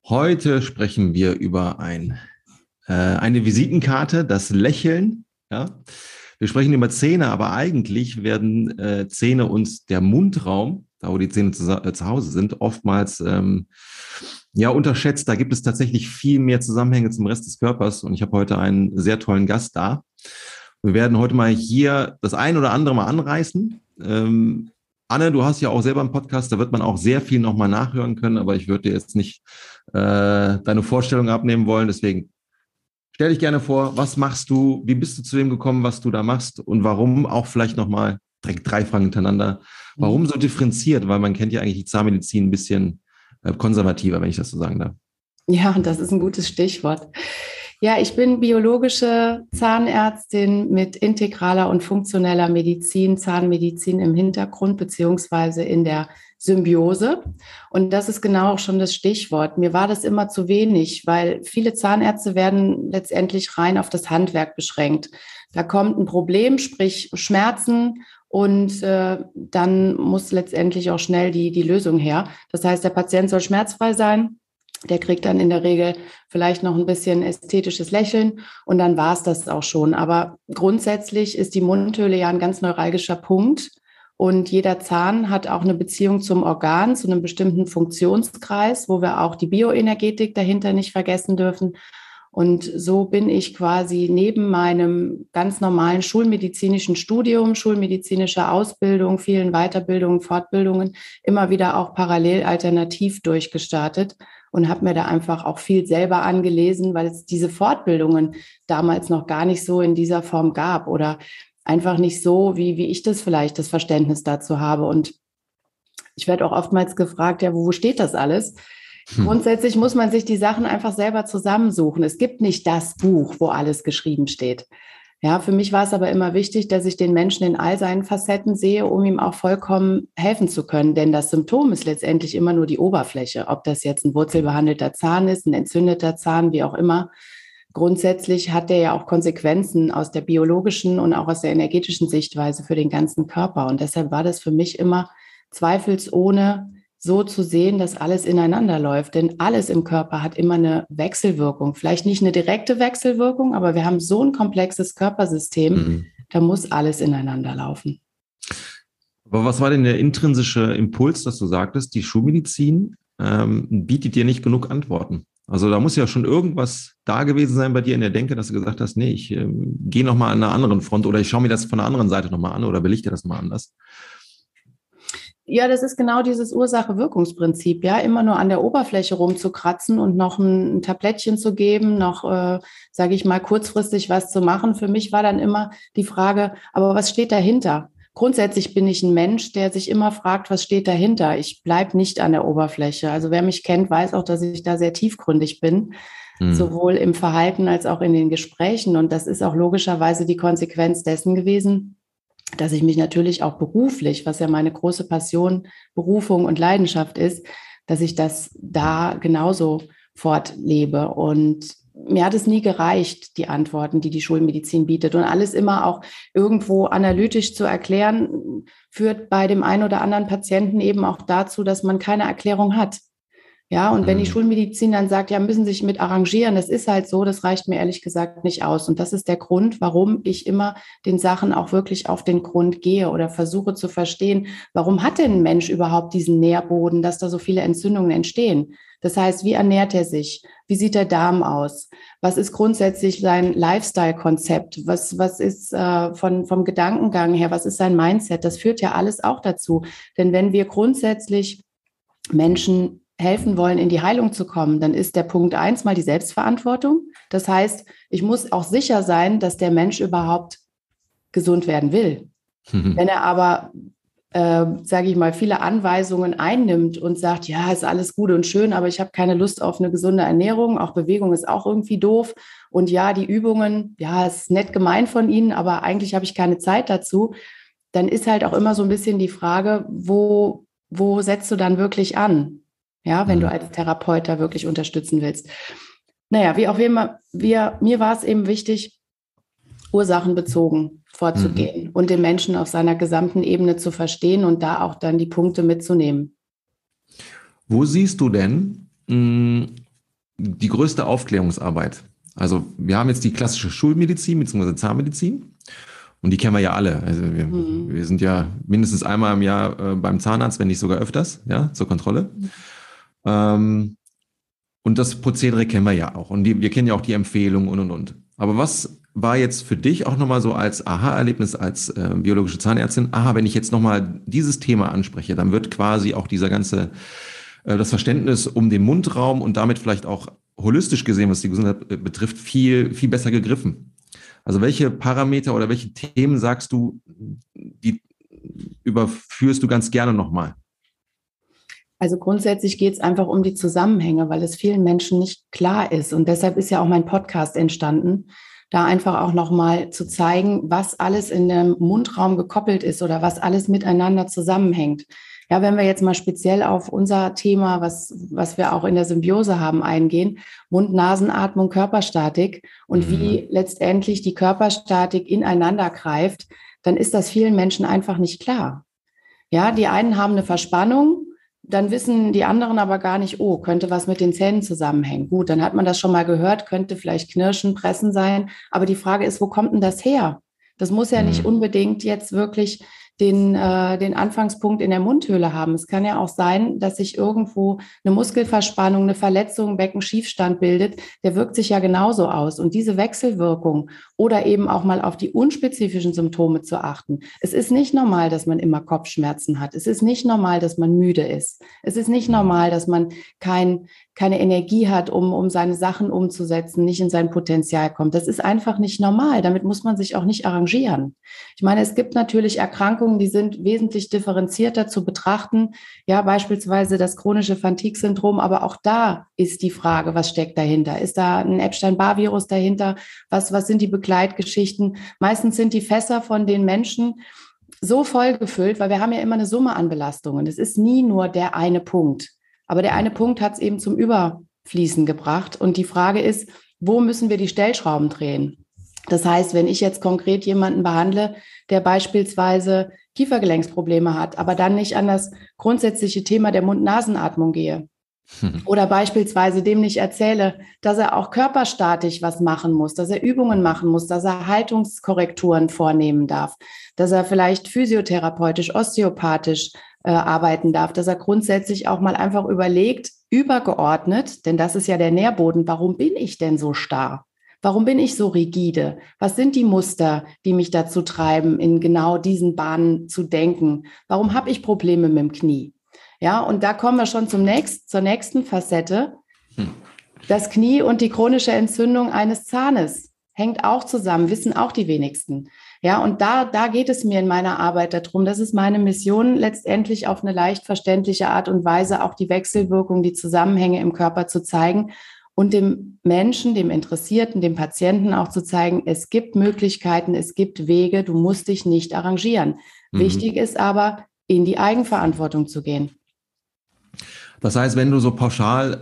Heute sprechen wir über eine Visitenkarte, das Lächeln. Ja? Wir sprechen über Zähne, aber eigentlich werden Zähne und der Mundraum, da wo die Zähne zu Hause sind, oftmals unterschätzt. Da gibt es tatsächlich viel mehr Zusammenhänge zum Rest des Körpers. Und ich habe heute einen sehr tollen Gast da. Wir werden heute mal hier das ein oder andere mal anreißen. Anne, du hast ja auch selber einen Podcast, da wird man auch sehr viel nochmal nachhören können, aber ich würde dir jetzt nicht deine Vorstellung abnehmen wollen. Deswegen stell dich gerne vor, was machst du, wie bist du zu dem gekommen, was du da machst und warum auch vielleicht nochmal direkt 3 Fragen hintereinander. Warum so differenziert? Weil man kennt ja eigentlich die Zahnmedizin ein bisschen konservativer, wenn ich das so sagen darf. Ja, das ist ein gutes Stichwort. Ja, ich bin biologische Zahnärztin mit integraler und funktioneller Medizin, Zahnmedizin im Hintergrund beziehungsweise in der Symbiose. Und das ist genau auch schon das Stichwort. Mir war das immer zu wenig, weil viele Zahnärzte werden letztendlich rein auf das Handwerk beschränkt. Da kommt ein Problem, sprich Schmerzen, und dann muss letztendlich auch schnell die Lösung her. Das heißt, der Patient soll schmerzfrei sein. Der kriegt dann in der Regel vielleicht noch ein bisschen ästhetisches Lächeln und dann war es das auch schon. Aber grundsätzlich ist die Mundhöhle ja ein ganz neuralgischer Punkt und jeder Zahn hat auch eine Beziehung zum Organ, zu einem bestimmten Funktionskreis, wo wir auch die Bioenergetik dahinter nicht vergessen dürfen. Und so bin ich quasi neben meinem ganz normalen schulmedizinischen Studium, schulmedizinischer Ausbildung, vielen Weiterbildungen, Fortbildungen immer wieder auch parallel alternativ durchgestartet und habe mir da einfach auch viel selber angelesen, weil es diese Fortbildungen damals noch gar nicht so in dieser Form gab oder einfach nicht so, wie ich das vielleicht das Verständnis dazu habe. Und ich werde auch oftmals gefragt, ja, wo steht das alles? Grundsätzlich muss man sich die Sachen einfach selber zusammensuchen. Es gibt nicht das Buch, wo alles geschrieben steht. Ja, für mich war es aber immer wichtig, dass ich den Menschen in all seinen Facetten sehe, um ihm auch vollkommen helfen zu können. Denn das Symptom ist letztendlich immer nur die Oberfläche. Ob das jetzt ein wurzelbehandelter Zahn ist, ein entzündeter Zahn, wie auch immer. Grundsätzlich hat der ja auch Konsequenzen aus der biologischen und auch aus der energetischen Sichtweise für den ganzen Körper. Und deshalb war das für mich immer zweifelsohne so zu sehen, dass alles ineinander läuft. Denn alles im Körper hat immer eine Wechselwirkung. Vielleicht nicht eine direkte Wechselwirkung, aber wir haben so ein komplexes Körpersystem, da muss alles ineinander laufen. Aber was war denn der intrinsische Impuls, dass du sagtest, die Schulmedizin bietet dir nicht genug Antworten? Also da muss ja schon irgendwas da gewesen sein bei dir in der Denke, dass du gesagt hast, nee, ich gehe nochmal an einer anderen Front oder ich schaue mir das von der anderen Seite nochmal an oder belichte das mal anders. Ja, das ist genau dieses Ursache-Wirkungsprinzip, ja, immer nur an der Oberfläche rumzukratzen und noch ein Tablettchen zu geben, noch, sage ich mal, kurzfristig was zu machen. Für mich war dann immer die Frage, aber was steht dahinter? Grundsätzlich bin ich ein Mensch, der sich immer fragt, was steht dahinter? Ich bleibe nicht an der Oberfläche. Also wer mich kennt, weiß auch, dass ich da sehr tiefgründig bin, sowohl im Verhalten als auch in den Gesprächen. Und das ist auch logischerweise die Konsequenz dessen gewesen, dass ich mich natürlich auch beruflich, was ja meine große Passion, Berufung und Leidenschaft ist, dass ich das da genauso fortlebe. Und mir hat es nie gereicht, die Antworten, die die Schulmedizin bietet. Und alles immer auch irgendwo analytisch zu erklären, führt bei dem einen oder anderen Patienten eben auch dazu, dass man keine Erklärung hat. Ja, und wenn die Schulmedizin dann sagt, ja, müssen sich mit arrangieren, das ist halt so, das reicht mir ehrlich gesagt nicht aus. Und das ist der Grund, warum ich immer den Sachen auch wirklich auf den Grund gehe oder versuche zu verstehen, warum hat denn ein Mensch überhaupt diesen Nährboden, dass da so viele Entzündungen entstehen? Das heißt, wie ernährt er sich? Wie sieht der Darm aus? Was ist grundsätzlich sein Lifestyle-Konzept? Was ist vom Gedankengang her? Was ist sein Mindset? Das führt ja alles auch dazu. Denn wenn wir grundsätzlich Menschen helfen wollen, in die Heilung zu kommen, dann ist der Punkt 1 mal die Selbstverantwortung. Das heißt, ich muss auch sicher sein, dass der Mensch überhaupt gesund werden will. Wenn er aber, sage ich mal, viele Anweisungen einnimmt und sagt, ja, ist alles gut und schön, aber ich habe keine Lust auf eine gesunde Ernährung, auch Bewegung ist auch irgendwie doof und ja, die Übungen, ja, ist nett gemeint von Ihnen, aber eigentlich habe ich keine Zeit dazu, dann ist halt auch immer so ein bisschen die Frage, wo setzt du dann wirklich an? Ja, wenn du als Therapeut da wirklich unterstützen willst. Naja, wie auch immer, mir war es eben wichtig, ursachenbezogen vorzugehen und den Menschen auf seiner gesamten Ebene zu verstehen und da auch dann die Punkte mitzunehmen. Wo siehst du denn größte Aufklärungsarbeit? Also wir haben jetzt die klassische Schulmedizin bzw. Zahnmedizin und die kennen wir ja alle. Also wir sind ja mindestens einmal im Jahr beim Zahnarzt, wenn nicht sogar öfters, ja, zur Kontrolle. Und das Prozedere kennen wir ja auch und wir kennen ja auch die Empfehlungen und. Aber was war jetzt für dich auch nochmal so als Aha-Erlebnis als biologische Zahnärztin? Aha, wenn ich jetzt nochmal dieses Thema anspreche, dann wird quasi auch dieser ganze das Verständnis um den Mundraum und damit vielleicht auch holistisch gesehen, was die Gesundheit betrifft, viel, viel besser gegriffen. Also welche Parameter oder welche Themen sagst du, die überführst du ganz gerne nochmal? Also grundsätzlich geht es einfach um die Zusammenhänge, weil es vielen Menschen nicht klar ist. Und deshalb ist ja auch mein Podcast entstanden, da einfach auch nochmal zu zeigen, was alles in dem Mundraum gekoppelt ist oder was alles miteinander zusammenhängt. Ja, wenn wir jetzt mal speziell auf unser Thema, was wir auch in der Symbiose haben, eingehen, Mund-Nasen-Atmung, Körperstatik und wie letztendlich die Körperstatik ineinander greift, dann ist das vielen Menschen einfach nicht klar. Ja, die einen haben eine Verspannung, dann wissen die anderen aber gar nicht, oh, könnte was mit den Zähnen zusammenhängen. Gut, dann hat man das schon mal gehört, könnte vielleicht Knirschen, Pressen sein. Aber die Frage ist, wo kommt denn das her? Das muss ja nicht unbedingt jetzt wirklich den Anfangspunkt in der Mundhöhle haben. Es kann ja auch sein, dass sich irgendwo eine Muskelverspannung, eine Verletzung, Beckenschiefstand bildet. Der wirkt sich ja genauso aus. Und diese Wechselwirkung oder eben auch mal auf die unspezifischen Symptome zu achten. Es ist nicht normal, dass man immer Kopfschmerzen hat. Es ist nicht normal, dass man müde ist. Es ist nicht normal, dass man keine Energie hat, um seine Sachen umzusetzen, nicht in sein Potenzial kommt. Das ist einfach nicht normal. Damit muss man sich auch nicht arrangieren. Ich meine, es gibt natürlich Erkrankungen, die sind wesentlich differenzierter zu betrachten. Ja, beispielsweise das chronische Fatigue-Syndrom. Aber auch da ist die Frage, was steckt dahinter? Ist da ein Epstein-Barr-Virus dahinter? Was sind die Begleitgeschichten? Meistens sind die Fässer von den Menschen so voll gefüllt, weil wir haben ja immer eine Summe an Belastungen. Es ist nie nur der eine Punkt. Aber der eine Punkt hat es eben zum Überfließen gebracht. Und die Frage ist, wo müssen wir die Stellschrauben drehen? Das heißt, wenn ich jetzt konkret jemanden behandle, der beispielsweise Kiefergelenksprobleme hat, aber dann nicht an das grundsätzliche Thema der Mund-Nasen-Atmung gehe, oder beispielsweise dem nicht erzähle, dass er auch körperstatisch was machen muss, dass er Übungen machen muss, dass er Haltungskorrekturen vornehmen darf, dass er vielleicht physiotherapeutisch, osteopathisch arbeiten darf, dass er grundsätzlich auch mal einfach überlegt, übergeordnet, denn das ist ja der Nährboden, warum bin ich denn so starr? Warum bin ich so rigide? Was sind die Muster, die mich dazu treiben, in genau diesen Bahnen zu denken? Warum habe ich Probleme mit dem Knie? Ja, und da kommen wir schon zur nächsten Facette. Das Knie und die chronische Entzündung eines Zahnes hängt auch zusammen, wissen auch die wenigsten. Ja, und da geht es mir in meiner Arbeit darum. Das ist meine Mission, letztendlich auf eine leicht verständliche Art und Weise auch die Wechselwirkung, die Zusammenhänge im Körper zu zeigen und dem Menschen, dem Interessierten, dem Patienten auch zu zeigen, es gibt Möglichkeiten, es gibt Wege, du musst dich nicht arrangieren. Wichtig ist aber, in die Eigenverantwortung zu gehen. Das heißt, wenn du so pauschal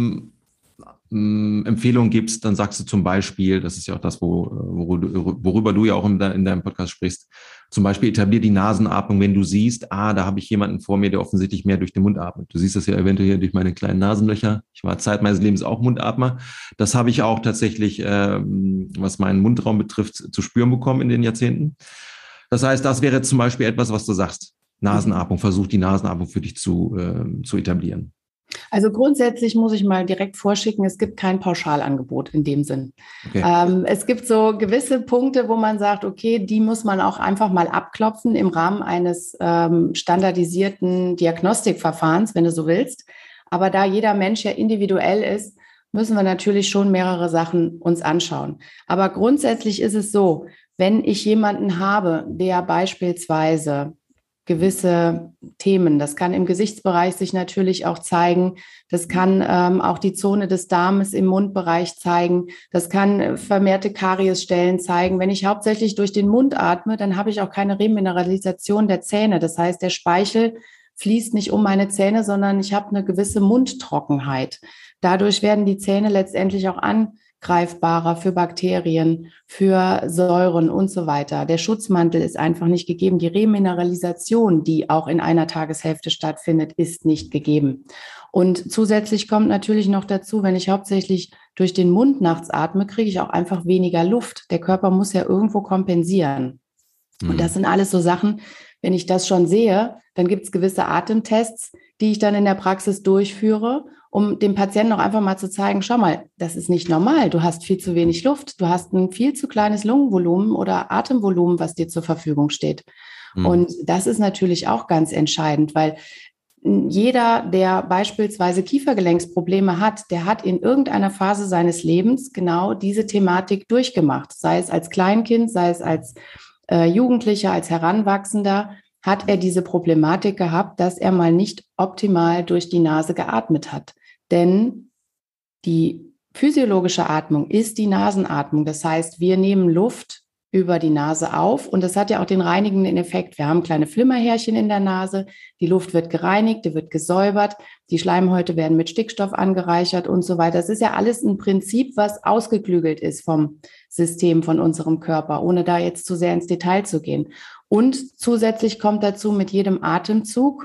Empfehlungen gibst, dann sagst du zum Beispiel, das ist ja auch das, worüber du ja auch in deinem Podcast sprichst, zum Beispiel etablier die Nasenatmung, wenn du siehst, da habe ich jemanden vor mir, der offensichtlich mehr durch den Mund atmet. Du siehst das ja eventuell hier durch meine kleinen Nasenlöcher. Ich war Zeit meines Lebens auch Mundatmer. Das habe ich auch tatsächlich, was meinen Mundraum betrifft, zu spüren bekommen in den Jahrzehnten. Das heißt, das wäre zum Beispiel etwas, was du sagst. Nasenatmung, versuch die Nasenatmung für dich zu etablieren. Also grundsätzlich muss ich mal direkt vorschicken, es gibt kein Pauschalangebot in dem Sinn. Okay. Es gibt so gewisse Punkte, wo man sagt, okay, die muss man auch einfach mal abklopfen im Rahmen eines standardisierten Diagnostikverfahrens, wenn du so willst. Aber da jeder Mensch ja individuell ist, müssen wir natürlich schon mehrere Sachen uns anschauen. Aber grundsätzlich ist es so, wenn ich jemanden habe, der beispielsweise gewisse Themen. Das kann im Gesichtsbereich sich natürlich auch zeigen. Das kann auch die Zone des Darmes im Mundbereich zeigen. Das kann vermehrte Kariesstellen zeigen. Wenn ich hauptsächlich durch den Mund atme, dann habe ich auch keine Remineralisation der Zähne. Das heißt, der Speichel fließt nicht um meine Zähne, sondern ich habe eine gewisse Mundtrockenheit. Dadurch werden die Zähne letztendlich auch angreifbarer für Bakterien, für Säuren und so weiter. Der Schutzmantel ist einfach nicht gegeben. Die Remineralisation, die auch in einer Tageshälfte stattfindet, ist nicht gegeben. Und zusätzlich kommt natürlich noch dazu, wenn ich hauptsächlich durch den Mund nachts atme, kriege ich auch einfach weniger Luft. Der Körper muss ja irgendwo kompensieren. Und das sind alles so Sachen, wenn ich das schon sehe, dann gibt es gewisse Atemtests, die ich dann in der Praxis durchführe, um dem Patienten auch einfach mal zu zeigen, schau mal, das ist nicht normal, du hast viel zu wenig Luft, du hast ein viel zu kleines Lungenvolumen oder Atemvolumen, was dir zur Verfügung steht. Und das ist natürlich auch ganz entscheidend, weil jeder, der beispielsweise Kiefergelenksprobleme hat, der hat in irgendeiner Phase seines Lebens genau diese Thematik durchgemacht, sei es als Kleinkind, sei es als Jugendlicher, als Heranwachsender, hat er diese Problematik gehabt, dass er mal nicht optimal durch die Nase geatmet hat. Denn die physiologische Atmung ist die Nasenatmung. Das heißt, wir nehmen Luft über die Nase auf und das hat ja auch den reinigenden Effekt. Wir haben kleine Flimmerhärchen in der Nase, die Luft wird gereinigt, die wird gesäubert, die Schleimhäute werden mit Stickstoff angereichert und so weiter. Das ist ja alles ein Prinzip, was ausgeklügelt ist vom System, von unserem Körper, ohne da jetzt zu sehr ins Detail zu gehen. Und zusätzlich kommt dazu, mit jedem Atemzug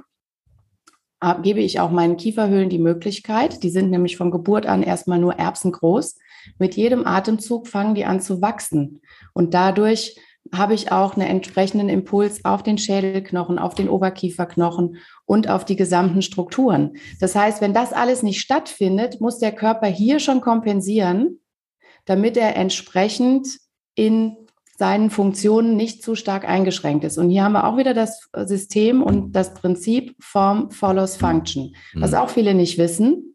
gebe ich auch meinen Kieferhöhlen die Möglichkeit, die sind nämlich von Geburt an erstmal nur erbsengroß, mit jedem Atemzug fangen die an zu wachsen. Und dadurch habe ich auch einen entsprechenden Impuls auf den Schädelknochen, auf den Oberkieferknochen und auf die gesamten Strukturen. Das heißt, wenn das alles nicht stattfindet, muss der Körper hier schon kompensieren, damit er entsprechend in seinen Funktionen nicht zu stark eingeschränkt ist. Und hier haben wir auch wieder das System und das Prinzip Form follows Function. Was auch viele nicht wissen,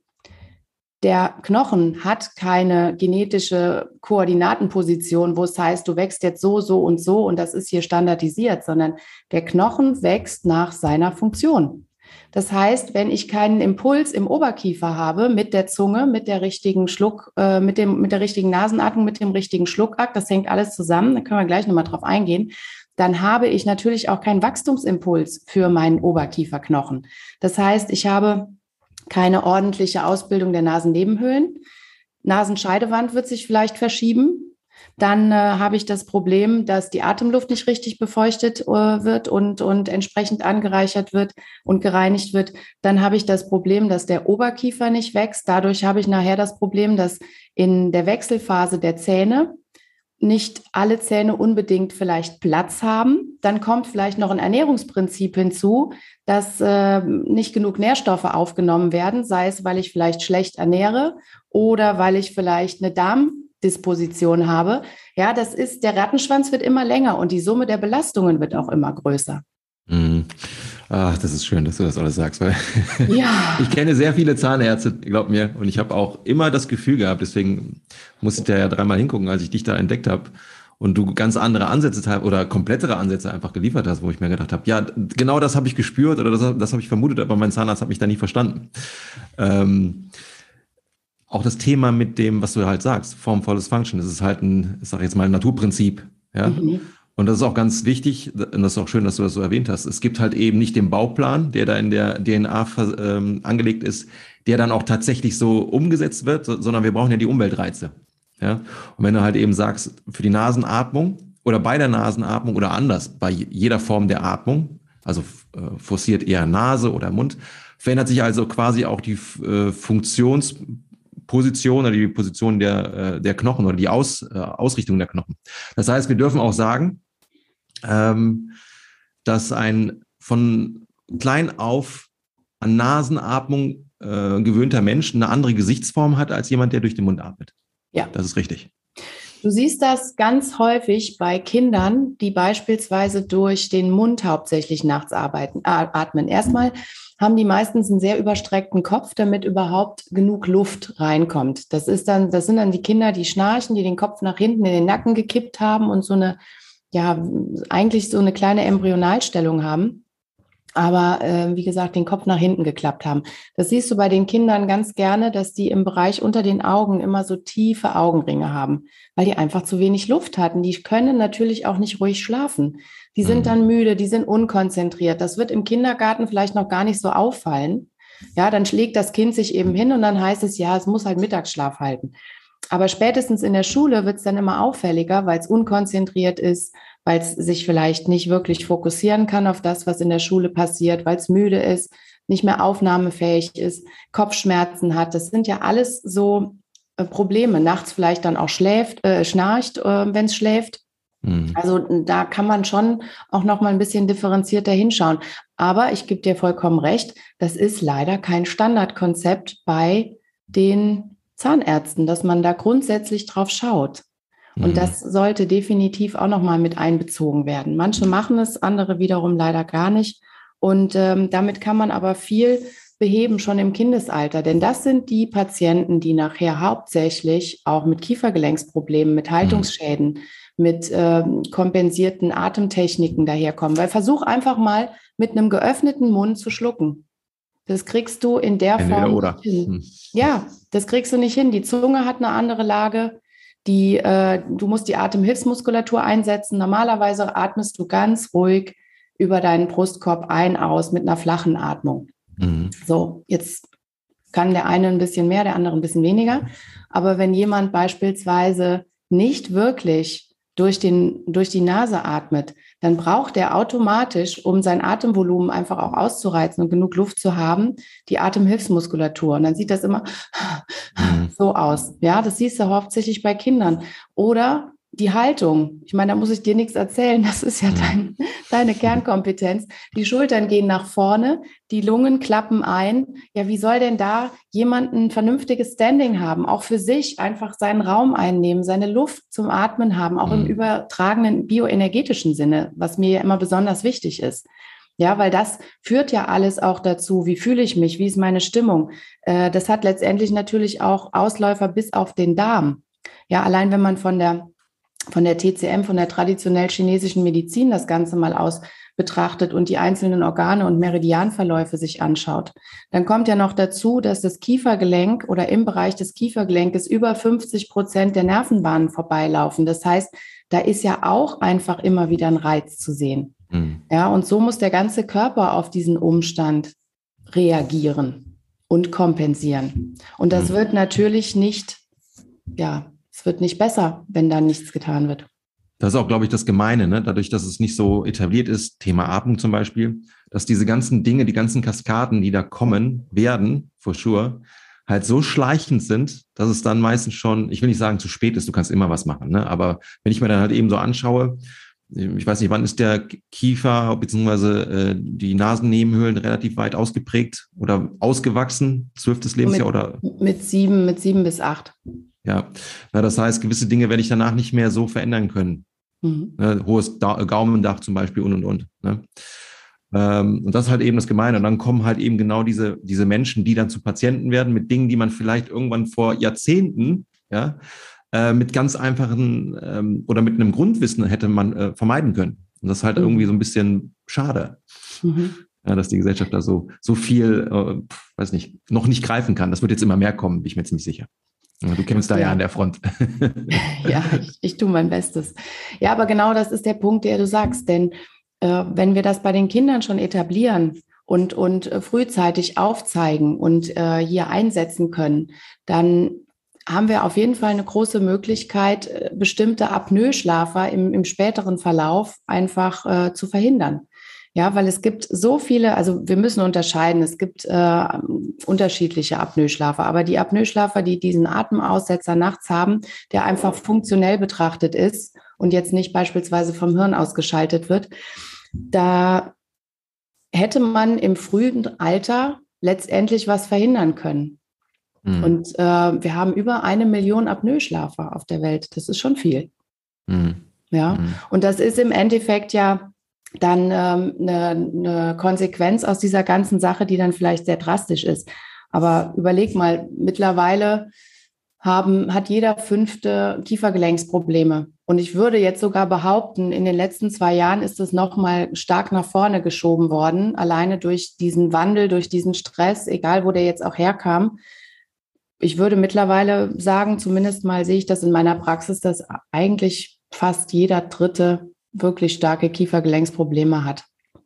der Knochen hat keine genetische Koordinatenposition, wo es heißt, du wächst jetzt so, so und das ist hier standardisiert, sondern der Knochen wächst nach seiner Funktion. Das heißt, wenn ich keinen Impuls im Oberkiefer habe mit der Zunge, mit der richtigen mit der richtigen Nasenatmung, mit dem richtigen Schluckakt, das hängt alles zusammen, da können wir gleich nochmal drauf eingehen, dann habe ich natürlich auch keinen Wachstumsimpuls für meinen Oberkieferknochen. Das heißt, ich habe keine ordentliche Ausbildung der Nasennebenhöhlen. Nasenscheidewand wird sich vielleicht verschieben. Dann habe ich das Problem, dass die Atemluft nicht richtig befeuchtet wird und entsprechend angereichert wird und gereinigt wird. Dann habe ich das Problem, dass der Oberkiefer nicht wächst. Dadurch habe ich nachher das Problem, dass in der Wechselphase der Zähne nicht alle Zähne unbedingt vielleicht Platz haben. Dann kommt vielleicht noch ein Ernährungsprinzip hinzu, dass nicht genug Nährstoffe aufgenommen werden, sei es, weil ich vielleicht schlecht ernähre oder weil ich vielleicht eine Darmdisposition habe. Ja, der Rattenschwanz wird immer länger und die Summe der Belastungen wird auch immer größer. Ach, das ist schön, dass du das alles sagst, weil ja. Ich kenne sehr viele Zahnärzte, glaub mir, und ich habe auch immer das Gefühl gehabt, deswegen musste ich da ja dreimal hingucken, als ich dich da entdeckt habe und du ganz andere Ansätze oder komplettere Ansätze einfach geliefert hast, wo ich mir gedacht habe, ja, genau das habe ich gespürt oder das habe ich vermutet, aber mein Zahnarzt hat mich da nie verstanden. Auch das Thema mit dem, was du halt sagst, Form follows Function, das ist halt ich sage jetzt mal ein Naturprinzip, ja. Und das ist auch ganz wichtig, und das ist auch schön, dass du das so erwähnt hast. Es gibt halt eben nicht den Bauplan, der da in der DNA angelegt ist, der dann auch tatsächlich so umgesetzt wird, sondern wir brauchen ja die Umweltreize. Ja? Und wenn du halt eben sagst, für die Nasenatmung oder bei der Nasenatmung oder anders, bei jeder Form der Atmung, also forciert eher Nase oder Mund, verändert sich also quasi auch die Funktionsposition oder die Position der Knochen oder die Ausrichtung der Knochen. Das heißt, wir dürfen auch sagen, dass ein von klein auf an Nasenatmung gewöhnter Mensch eine andere Gesichtsform hat als jemand, der durch den Mund atmet. Ja. Das ist richtig. Du siehst das ganz häufig bei Kindern, die beispielsweise durch den Mund hauptsächlich nachts atmen. Erstmal haben die meistens einen sehr überstreckten Kopf, damit überhaupt genug Luft reinkommt. Das sind dann die Kinder, die schnarchen, die den Kopf nach hinten in den Nacken gekippt haben und eigentlich so eine kleine Embryonalstellung haben. Aber wie gesagt, den Kopf nach hinten geklappt haben. Das siehst du bei den Kindern ganz gerne, dass die im Bereich unter den Augen immer so tiefe Augenringe haben, weil die einfach zu wenig Luft hatten. Die können natürlich auch nicht ruhig schlafen. Die sind dann müde, die sind unkonzentriert. Das wird im Kindergarten vielleicht noch gar nicht so auffallen. Ja, dann schlägt das Kind sich eben hin und dann heißt es, ja, es muss halt Mittagsschlaf halten. Aber spätestens in der Schule wird es dann immer auffälliger, weil es unkonzentriert ist, weil es sich vielleicht nicht wirklich fokussieren kann auf das, was in der Schule passiert, weil es müde ist, nicht mehr aufnahmefähig ist, Kopfschmerzen hat. Das sind ja alles so Probleme. Nachts vielleicht dann auch schnarcht, wenn es schläft. Also da kann man schon auch noch mal ein bisschen differenzierter hinschauen. Aber ich gebe dir vollkommen recht, das ist leider kein Standardkonzept bei den Zahnärzten, dass man da grundsätzlich drauf schaut. Und das sollte definitiv auch noch mal mit einbezogen werden. Manche machen es, andere wiederum leider gar nicht. Und damit kann man aber viel beheben schon im Kindesalter. Denn das sind die Patienten, die nachher hauptsächlich auch mit Kiefergelenksproblemen, mit Haltungsschäden, mit kompensierten Atemtechniken daherkommen. Weil versuch einfach mal mit einem geöffneten Mund zu schlucken. Das kriegst du in der Form nicht hin. Ja, das kriegst du nicht hin. Die Zunge hat eine andere Lage. Du musst die Atemhilfsmuskulatur einsetzen. Normalerweise atmest du ganz ruhig über deinen Brustkorb ein, aus mit einer flachen Atmung. So, jetzt kann der eine ein bisschen mehr, der andere ein bisschen weniger. Aber wenn jemand beispielsweise nicht wirklich durch die Nase atmet, dann braucht er automatisch, um sein Atemvolumen einfach auch auszureizen und genug Luft zu haben, die Atemhilfsmuskulatur. Und dann sieht das immer so aus. Ja, das siehst du hauptsächlich bei Kindern. Oder die Haltung. Ich meine, da muss ich dir nichts erzählen. Das ist ja deine Kernkompetenz. Die Schultern gehen nach vorne, die Lungen klappen ein. Ja, wie soll denn da jemand ein vernünftiges Standing haben? Auch für sich einfach seinen Raum einnehmen, seine Luft zum Atmen haben, auch im übertragenen bioenergetischen Sinne, was mir ja immer besonders wichtig ist. Ja, weil das führt ja alles auch dazu, wie fühle ich mich, wie ist meine Stimmung. Das hat letztendlich natürlich auch Ausläufer bis auf den Darm. Ja, allein wenn man von der TCM, von der traditionell chinesischen Medizin das Ganze mal aus betrachtet und die einzelnen Organe und Meridianverläufe sich anschaut, dann kommt ja noch dazu, dass das Kiefergelenk oder im Bereich des Kiefergelenkes über 50% der Nervenbahnen vorbeilaufen. Das heißt, da ist ja auch einfach immer wieder ein Reiz zu sehen. Ja, und so muss der ganze Körper auf diesen Umstand reagieren und kompensieren. Und das wird natürlich nicht, es wird nicht besser, wenn da nichts getan wird. Das ist auch, glaube ich, das Gemeine, ne? Dadurch, dass es nicht so etabliert ist, Thema Atmung zum Beispiel, dass diese ganzen Dinge, die ganzen Kaskaden, die da kommen werden, for sure, halt so schleichend sind, dass es dann meistens schon, ich will nicht sagen zu spät ist, du kannst immer was machen, ne? Aber wenn ich mir dann halt eben so anschaue, ich weiß nicht, wann ist der Kiefer bzw. die Nasennebenhöhlen relativ weit ausgeprägt oder ausgewachsen, 12. Lebensjahr oder? Mit 7 bis 8. Ja, das heißt, gewisse Dinge werde ich danach nicht mehr so verändern können. Hohes Gaumendach zum Beispiel und. Ne? Und das ist halt eben das Gemeine. Und dann kommen halt eben genau diese Menschen, die dann zu Patienten werden mit Dingen, die man vielleicht irgendwann vor Jahrzehnten, mit ganz einfachen oder mit einem Grundwissen hätte man vermeiden können. Und das ist halt irgendwie so ein bisschen schade, dass die Gesellschaft da so viel, weiß nicht, noch nicht greifen kann. Das wird jetzt immer mehr kommen, bin ich mir ziemlich sicher. Du kämpfst da ja an der Front. Ja, ich tue mein Bestes. Ja, aber genau das ist der Punkt, der du sagst. Denn wenn wir das bei den Kindern schon etablieren und frühzeitig aufzeigen und hier einsetzen können, dann haben wir auf jeden Fall eine große Möglichkeit, bestimmte Apnoe-Schlafer im späteren Verlauf einfach zu verhindern. Ja, weil es gibt so viele, also wir müssen unterscheiden, es gibt unterschiedliche Apnoe-Schlafer, aber die Apnoe-Schlafer, die diesen Atemaussetzer nachts haben, der einfach funktionell betrachtet ist und jetzt nicht beispielsweise vom Hirn ausgeschaltet wird, da hätte man im frühen Alter letztendlich was verhindern können. Und wir haben über 1 Million Apnoe-Schlafer auf der Welt. Das ist schon viel. Ja, und das ist im Endeffekt ja dann eine Konsequenz aus dieser ganzen Sache, die dann vielleicht sehr drastisch ist. Aber überleg mal, mittlerweile hat jeder 5. Kiefergelenksprobleme. Und ich würde jetzt sogar behaupten, in den letzten 2 Jahren ist es nochmal stark nach vorne geschoben worden, alleine durch diesen Wandel, durch diesen Stress, egal wo der jetzt auch herkam. Ich würde mittlerweile sagen, zumindest mal sehe ich das in meiner Praxis, dass eigentlich fast jeder 3. wirklich starke Kiefergelenksprobleme hat.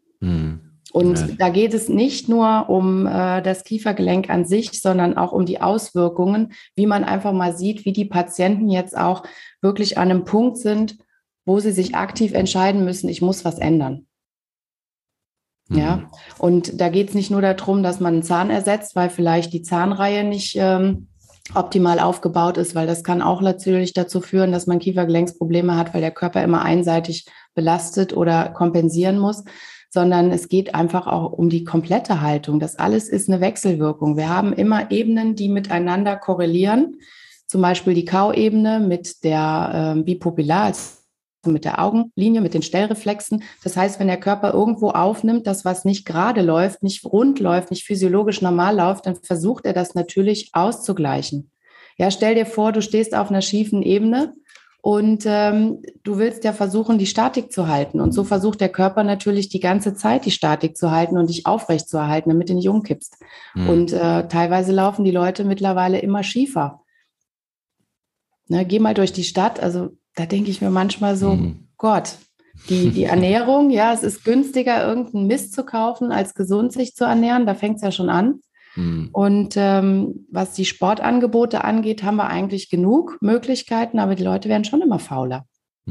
Und da geht es nicht nur um das Kiefergelenk an sich, sondern auch um die Auswirkungen, wie man einfach mal sieht, wie die Patienten jetzt auch wirklich an einem Punkt sind, wo sie sich aktiv entscheiden müssen, ich muss was ändern. Ja, und da geht es nicht nur darum, dass man einen Zahn ersetzt, weil vielleicht die Zahnreihe nicht optimal aufgebaut ist, weil das kann auch natürlich dazu führen, dass man Kiefergelenksprobleme hat, weil der Körper immer einseitig belastet oder kompensieren muss, sondern es geht einfach auch um die komplette Haltung. Das alles ist eine Wechselwirkung. Wir haben immer Ebenen, die miteinander korrelieren, zum Beispiel die Kauebene mit der Bipupillar, also mit der Augenlinie, mit den Stellreflexen. Das heißt, wenn der Körper irgendwo aufnimmt, das, was nicht gerade läuft, nicht rund läuft, nicht physiologisch normal läuft, dann versucht er das natürlich auszugleichen. Ja, stell dir vor, du stehst auf einer schiefen Ebene und du willst ja versuchen, die Statik zu halten. Und so versucht der Körper natürlich die ganze Zeit die Statik zu halten und dich aufrecht zu erhalten, damit du nicht umkippst. Und teilweise laufen die Leute mittlerweile immer schiefer. Ne, geh mal durch die Stadt, also da denke ich mir manchmal so, Gott, die Ernährung, ja, es ist günstiger, irgendeinen Mist zu kaufen, als gesund sich zu ernähren. Da fängt es ja schon an. Und was die Sportangebote angeht, haben wir eigentlich genug Möglichkeiten, aber die Leute werden schon immer fauler.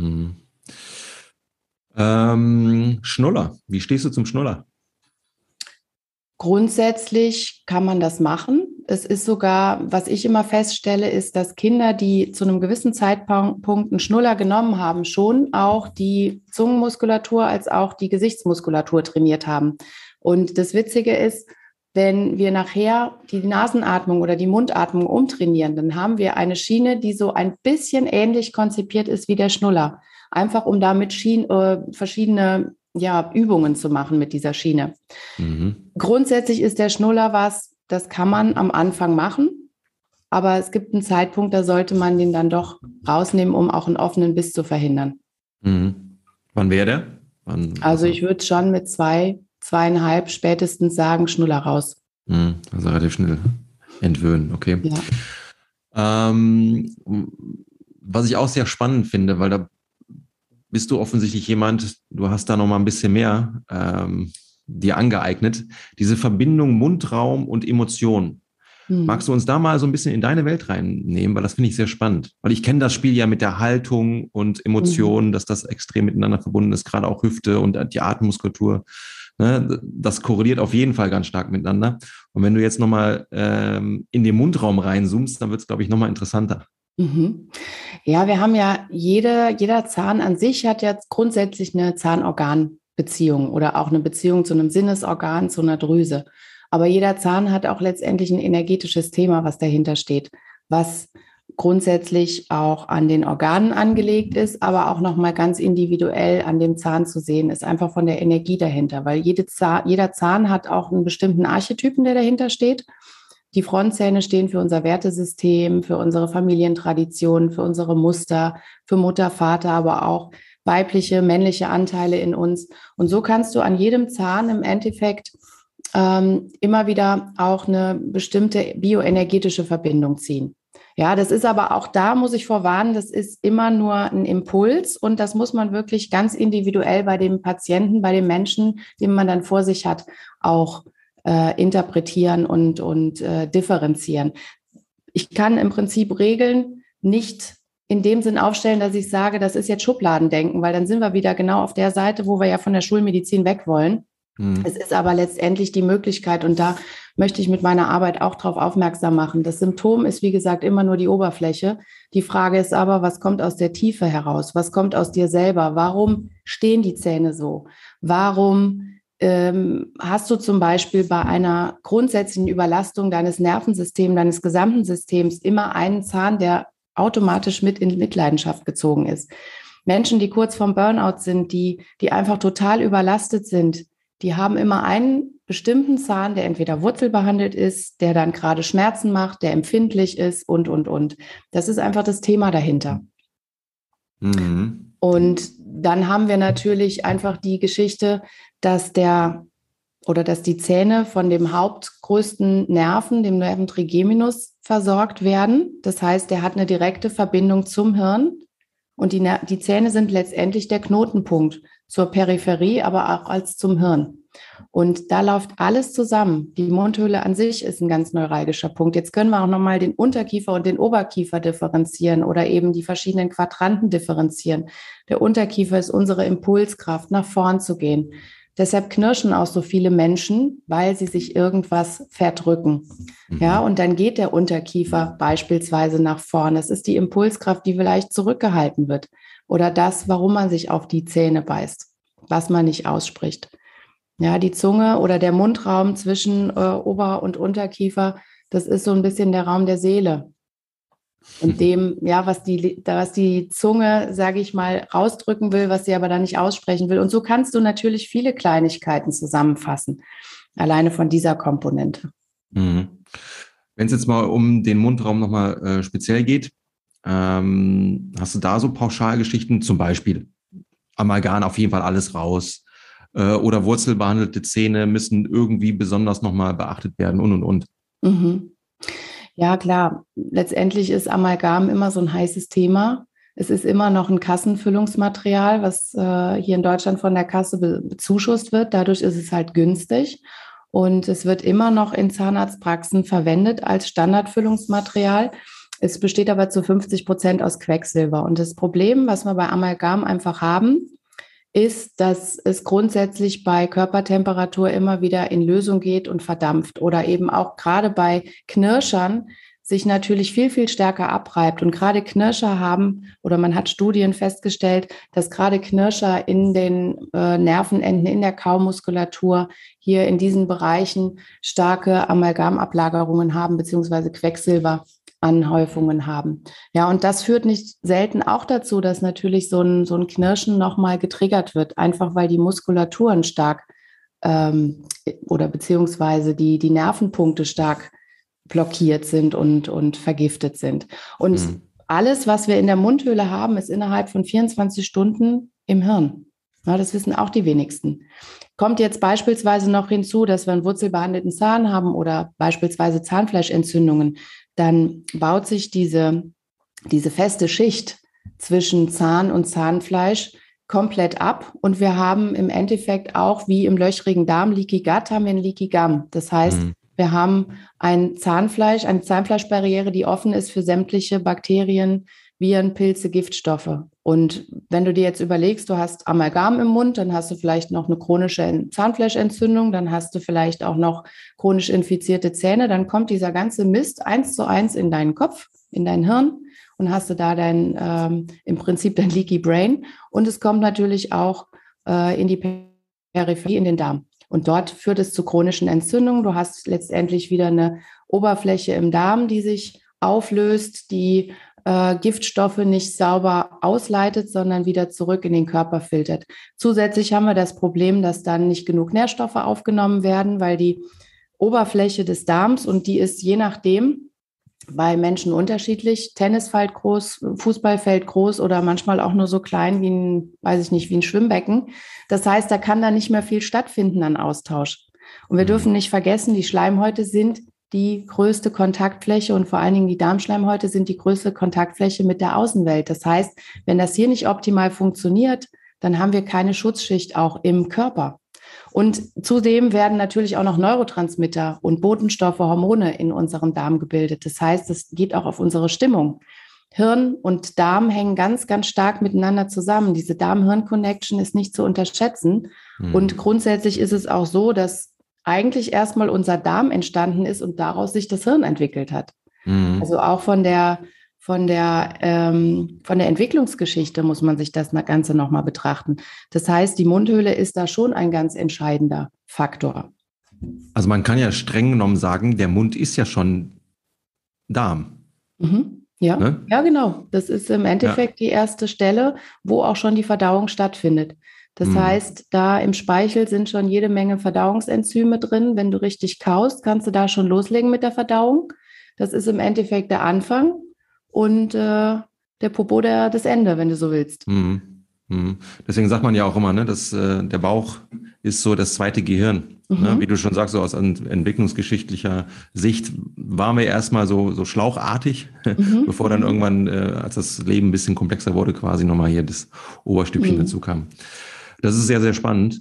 Schnuller, wie stehst du zum Schnuller? Grundsätzlich kann man das machen. Es ist sogar, was ich immer feststelle, ist, dass Kinder, die zu einem gewissen Zeitpunkt einen Schnuller genommen haben, schon auch die Zungenmuskulatur als auch die Gesichtsmuskulatur trainiert haben. Und das Witzige ist, wenn wir nachher die Nasenatmung oder die Mundatmung umtrainieren, dann haben wir eine Schiene, die so ein bisschen ähnlich konzipiert ist wie der Schnuller. Einfach um damit verschiedene Übungen zu machen mit dieser Schiene. Grundsätzlich ist der Schnuller was, das kann man am Anfang machen, aber es gibt einen Zeitpunkt, da sollte man den dann doch rausnehmen, um auch einen offenen Biss zu verhindern. Wann wäre der? Also ich würde schon mit 2,5 spätestens sagen, Schnuller raus. Also relativ schnell entwöhnen, okay. Ja. Was ich auch sehr spannend finde, weil da bist du offensichtlich jemand, du hast da noch mal ein bisschen mehr dir angeeignet, diese Verbindung Mundraum und Emotion. Magst du uns da mal so ein bisschen in deine Welt reinnehmen, weil das finde ich sehr spannend. Weil ich kenne das Spiel ja mit der Haltung und Emotionen, dass das extrem miteinander verbunden ist, gerade auch Hüfte und die Atemmuskulatur. Ne, das korreliert auf jeden Fall ganz stark miteinander. Und wenn du jetzt nochmal in den Mundraum reinzoomst, dann wird es, glaube ich, nochmal interessanter. Ja, wir haben ja, jeder Zahn an sich hat jetzt grundsätzlich eine Zahnorganbeziehung oder auch eine Beziehung zu einem Sinnesorgan, zu einer Drüse. Aber jeder Zahn hat auch letztendlich ein energetisches Thema, was dahinter steht, was grundsätzlich auch an den Organen angelegt ist, aber auch nochmal ganz individuell an dem Zahn zu sehen ist, einfach von der Energie dahinter, weil jeder Zahn hat auch einen bestimmten Archetypen, der dahinter steht. Die Frontzähne stehen für unser Wertesystem, für unsere Familientradition, für unsere Muster, für Mutter, Vater, aber auch weibliche, männliche Anteile in uns. Und so kannst du an jedem Zahn im Endeffekt immer wieder auch eine bestimmte bioenergetische Verbindung ziehen. Ja, das ist aber auch da, muss ich vorwarnen, das ist immer nur ein Impuls und das muss man wirklich ganz individuell bei dem Patienten, bei dem Menschen, den man dann vor sich hat, auch interpretieren und differenzieren. Ich kann im Prinzip Regeln nicht in dem Sinn aufstellen, dass ich sage, das ist jetzt Schubladendenken, weil dann sind wir wieder genau auf der Seite, wo wir ja von der Schulmedizin weg wollen. Es ist aber letztendlich die Möglichkeit und da möchte ich mit meiner Arbeit auch darauf aufmerksam machen. Das Symptom ist, wie gesagt, immer nur die Oberfläche. Die Frage ist aber, was kommt aus der Tiefe heraus? Was kommt aus dir selber? Warum stehen die Zähne so? Warum hast du zum Beispiel bei einer grundsätzlichen Überlastung deines Nervensystems, deines gesamten Systems immer einen Zahn, der automatisch mit in Mitleidenschaft gezogen ist? Menschen, die kurz vorm Burnout sind, die einfach total überlastet sind, die haben immer einen bestimmten Zahn, der entweder wurzelbehandelt ist, der dann gerade Schmerzen macht, der empfindlich ist und. Das ist einfach das Thema dahinter. Und dann haben wir natürlich einfach die Geschichte, dass die Zähne von dem hauptgrößten Nerven, dem Nervum trigeminus, versorgt werden. Das heißt, der hat eine direkte Verbindung zum Hirn und die Zähne sind letztendlich der Knotenpunkt zur Peripherie, aber auch als zum Hirn. Und da läuft alles zusammen. Die Mundhöhle an sich ist ein ganz neuralgischer Punkt. Jetzt können wir auch nochmal den Unterkiefer und den Oberkiefer differenzieren oder eben die verschiedenen Quadranten differenzieren. Der Unterkiefer ist unsere Impulskraft, nach vorn zu gehen. Deshalb knirschen auch so viele Menschen, weil sie sich irgendwas verdrücken. Ja, und dann geht der Unterkiefer beispielsweise nach vorne. Das ist die Impulskraft, die vielleicht zurückgehalten wird. Oder das, warum man sich auf die Zähne beißt, was man nicht ausspricht. Ja, die Zunge oder der Mundraum zwischen Ober- und Unterkiefer, das ist so ein bisschen der Raum der Seele. Und dem, ja, was die Zunge, sage ich mal, rausdrücken will, was sie aber dann nicht aussprechen will. Und so kannst du natürlich viele Kleinigkeiten zusammenfassen, alleine von dieser Komponente. Mhm. Wenn es jetzt mal um den Mundraum nochmal speziell geht, hast du da so Pauschalgeschichten, zum Beispiel Amalgam auf jeden Fall alles raus oder wurzelbehandelte Zähne müssen irgendwie besonders nochmal beachtet werden und. Mhm. Ja, klar. Letztendlich ist Amalgam immer so ein heißes Thema. Es ist immer noch ein Kassenfüllungsmaterial, was hier in Deutschland von der Kasse bezuschusst wird. Dadurch ist es halt günstig. Und es wird immer noch in Zahnarztpraxen verwendet als Standardfüllungsmaterial. Es besteht aber zu 50% aus Quecksilber. Und das Problem, was wir bei Amalgam einfach haben, ist, dass es grundsätzlich bei Körpertemperatur immer wieder in Lösung geht und verdampft oder eben auch gerade bei Knirschern sich natürlich viel, viel stärker abreibt. Und gerade Knirscher haben, oder man hat Studien festgestellt, dass gerade Knirscher in den Nervenenden, in der Kaumuskulatur, hier in diesen Bereichen starke Amalgamablagerungen haben, beziehungsweise Quecksilberanhäufungen haben. Ja, und das führt nicht selten auch dazu, dass natürlich so ein Knirschen nochmal getriggert wird, einfach weil die Muskulaturen stark oder beziehungsweise die Nervenpunkte stark blockiert sind und vergiftet sind. Und alles, was wir in der Mundhöhle haben, ist innerhalb von 24 Stunden im Hirn. Ja, das wissen auch die wenigsten. Kommt jetzt beispielsweise noch hinzu, dass wir einen wurzelbehandelten Zahn haben oder beispielsweise Zahnfleischentzündungen, dann baut sich diese feste Schicht zwischen Zahn und Zahnfleisch komplett ab. Und wir haben im Endeffekt auch, wie im löchrigen Darm, Leaky Gut, haben wir ein Leaky Gum. Das heißt, wir haben eine Zahnfleischbarriere, die offen ist für sämtliche Bakterien, Viren, Pilze, Giftstoffe. Und wenn du dir jetzt überlegst, du hast Amalgam im Mund, dann hast du vielleicht noch eine chronische Zahnfleischentzündung, dann hast du vielleicht auch noch chronisch infizierte Zähne, dann kommt dieser ganze Mist 1:1 in deinen Kopf, in dein Hirn und hast du da im Prinzip dein Leaky Brain. Und es kommt natürlich auch in die Peripherie, in den Darm. Und dort führt es zu chronischen Entzündungen. Du hast letztendlich wieder eine Oberfläche im Darm, die sich auflöst, die Giftstoffe nicht sauber ausleitet, sondern wieder zurück in den Körper filtert. Zusätzlich haben wir das Problem, dass dann nicht genug Nährstoffe aufgenommen werden, weil die Oberfläche des Darms, und die ist je nachdem bei Menschen unterschiedlich, Tennisfeld groß, Fußballfeld groß oder manchmal auch nur so klein wie wie ein Schwimmbecken. Das heißt, da kann dann nicht mehr viel stattfinden an Austausch. Und wir dürfen nicht vergessen, die Schleimhäute sind die größte Kontaktfläche und vor allen Dingen die Darmschleimhäute sind die größte Kontaktfläche mit der Außenwelt. Das heißt, wenn das hier nicht optimal funktioniert, dann haben wir keine Schutzschicht auch im Körper. Und zudem werden natürlich auch noch Neurotransmitter und Botenstoffe, Hormone in unserem Darm gebildet. Das heißt, es geht auch auf unsere Stimmung. Hirn und Darm hängen ganz, ganz stark miteinander zusammen. Diese Darm-Hirn-Connection ist nicht zu unterschätzen. Und grundsätzlich ist es auch so, dass eigentlich erstmal unser Darm entstanden ist und daraus sich das Hirn entwickelt hat. Also auch von der Entwicklungsgeschichte muss man sich das Ganze nochmal betrachten. Das heißt, die Mundhöhle ist da schon ein ganz entscheidender Faktor. Also man kann ja streng genommen sagen, der Mund ist ja schon Darm. Ja, ne? Ja, genau. Das ist im Endeffekt die erste Stelle, wo auch schon die Verdauung stattfindet. Das heißt, da im Speichel sind schon jede Menge Verdauungsenzyme drin. Wenn du richtig kaust, kannst du da schon loslegen mit der Verdauung. Das ist im Endeffekt der Anfang und der Popo das Ende, wenn du so willst. Deswegen sagt man ja auch immer, ne, dass der Bauch ist so das zweite Gehirn. Ne? Wie du schon sagst, so aus entwicklungsgeschichtlicher Sicht waren wir erstmal so schlauchartig, bevor dann irgendwann, als das Leben ein bisschen komplexer wurde, quasi nochmal hier das Oberstübchen dazu kam. Das ist sehr, sehr spannend.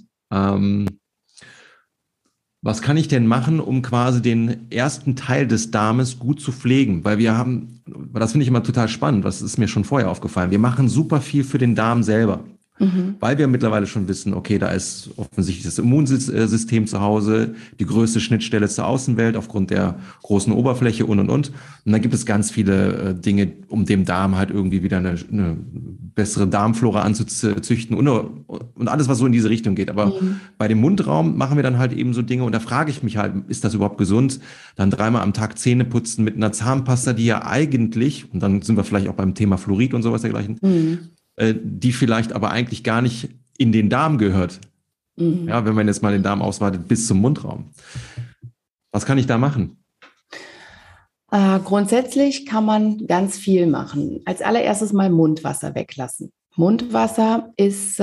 Was kann ich denn machen, um quasi den ersten Teil des Darmes gut zu pflegen? Weil das finde ich immer total spannend, was ist mir schon vorher aufgefallen. Wir machen super viel für den Darm selber. Weil wir mittlerweile schon wissen, okay, da ist offensichtlich das Immunsystem zu Hause, die größte Schnittstelle zur Außenwelt aufgrund der großen Oberfläche und. Und dann gibt es ganz viele Dinge, um dem Darm halt irgendwie wieder eine bessere Darmflora anzuzüchten und alles, was so in diese Richtung geht. Aber bei dem Mundraum machen wir dann halt eben so Dinge und da frage ich mich halt, ist das überhaupt gesund? Dann 3-mal am Tag Zähne putzen mit einer Zahnpasta, die ja eigentlich, und dann sind wir vielleicht auch beim Thema Fluorid und sowas dergleichen, die vielleicht aber eigentlich gar nicht in den Darm gehört. Ja, wenn man jetzt mal den Darm ausweitet bis zum Mundraum. Was kann ich da machen? Grundsätzlich kann man ganz viel machen. Als allererstes mal Mundwasser weglassen. Mundwasser ist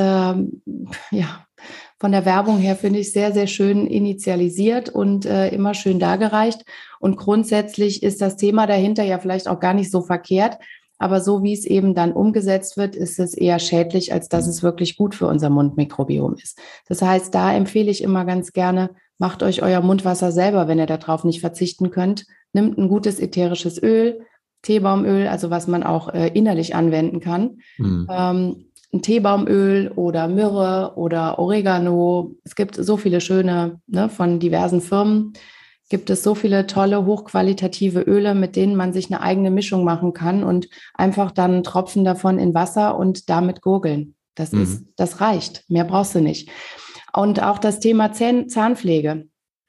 von der Werbung her, finde ich, sehr, sehr schön initialisiert und immer schön dargereicht. Und grundsätzlich ist das Thema dahinter ja vielleicht auch gar nicht so verkehrt. Aber so wie es eben dann umgesetzt wird, ist es eher schädlich, als dass es wirklich gut für unser Mundmikrobiom ist. Das heißt, da empfehle ich immer ganz gerne, macht euch euer Mundwasser selber, wenn ihr darauf nicht verzichten könnt. Nimmt ein gutes ätherisches Öl, Teebaumöl, also was man auch innerlich anwenden kann. Ein Teebaumöl oder Myrrhe oder Oregano. Es gibt so viele schöne, von diversen Firmen. Gibt es so viele tolle, hochqualitative Öle, mit denen man sich eine eigene Mischung machen kann und einfach dann einen Tropfen davon in Wasser und damit gurgeln. Das reicht. Mehr brauchst du nicht. Und auch das Thema Zahnpflege.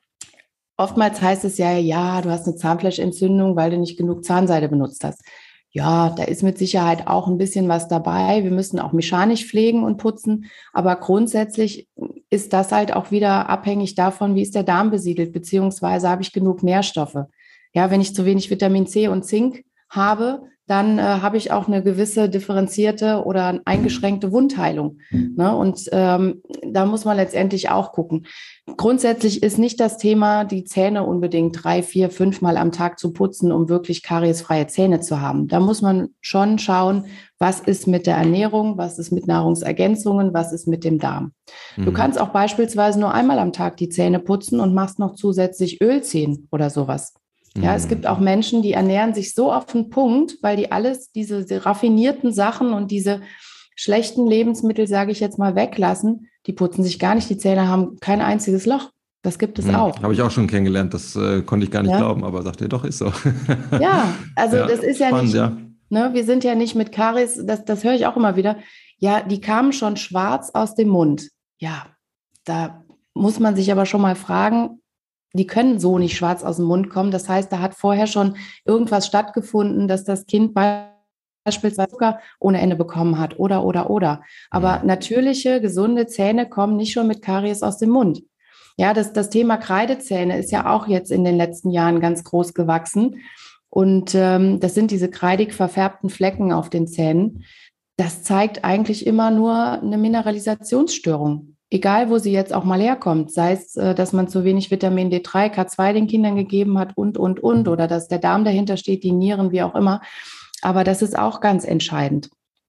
Oftmals heißt es ja, du hast eine Zahnfleischentzündung, weil du nicht genug Zahnseide benutzt hast. Ja, da ist mit Sicherheit auch ein bisschen was dabei. Wir müssen auch mechanisch pflegen und putzen. Aber grundsätzlich ist das halt auch wieder abhängig davon, wie ist der Darm besiedelt, beziehungsweise habe ich genug Nährstoffe. Ja, wenn ich zu wenig Vitamin C und Zink habe, dann habe ich auch eine gewisse differenzierte oder eingeschränkte Wundheilung. Ne? Und da muss man letztendlich auch gucken. Grundsätzlich ist nicht das Thema, die Zähne unbedingt 3, 4, 5 Mal am Tag zu putzen, um wirklich kariesfreie Zähne zu haben. Da muss man schon schauen, was ist mit der Ernährung, was ist mit Nahrungsergänzungen, was ist mit dem Darm. Du kannst auch beispielsweise nur einmal am Tag die Zähne putzen und machst noch zusätzlich Ölzähne oder sowas. Ja, es gibt auch Menschen, die ernähren sich so auf den Punkt, weil die alles, diese raffinierten Sachen und diese schlechten Lebensmittel, sage ich jetzt mal, weglassen. Die putzen sich gar nicht die Zähne, haben kein einziges Loch. Das gibt es auch. Habe ich auch schon kennengelernt, das konnte ich gar nicht glauben, aber sagt ihr doch, ist so. Ja, also das ist spannend, ja nicht, ne, wir sind ja nicht mit Karies, das höre ich auch immer wieder. Ja, die kamen schon schwarz aus dem Mund. Ja, da muss man sich aber schon mal fragen, die können so nicht schwarz aus dem Mund kommen. Das heißt, da hat vorher schon irgendwas stattgefunden, dass das Kind beispielsweise Zucker ohne Ende bekommen hat oder. Aber natürliche, gesunde Zähne kommen nicht schon mit Karies aus dem Mund. Ja, das Thema Kreidezähne ist ja auch jetzt in den letzten Jahren ganz groß gewachsen. Und das sind diese kreidig verfärbten Flecken auf den Zähnen. Das zeigt eigentlich immer nur eine Mineralisationsstörung. Egal, wo sie jetzt auch mal herkommt, sei es, dass man zu wenig Vitamin D3, K2 den Kindern gegeben hat und, oder dass der Darm dahinter steht, die Nieren, wie auch immer. Aber das ist auch ganz entscheidend.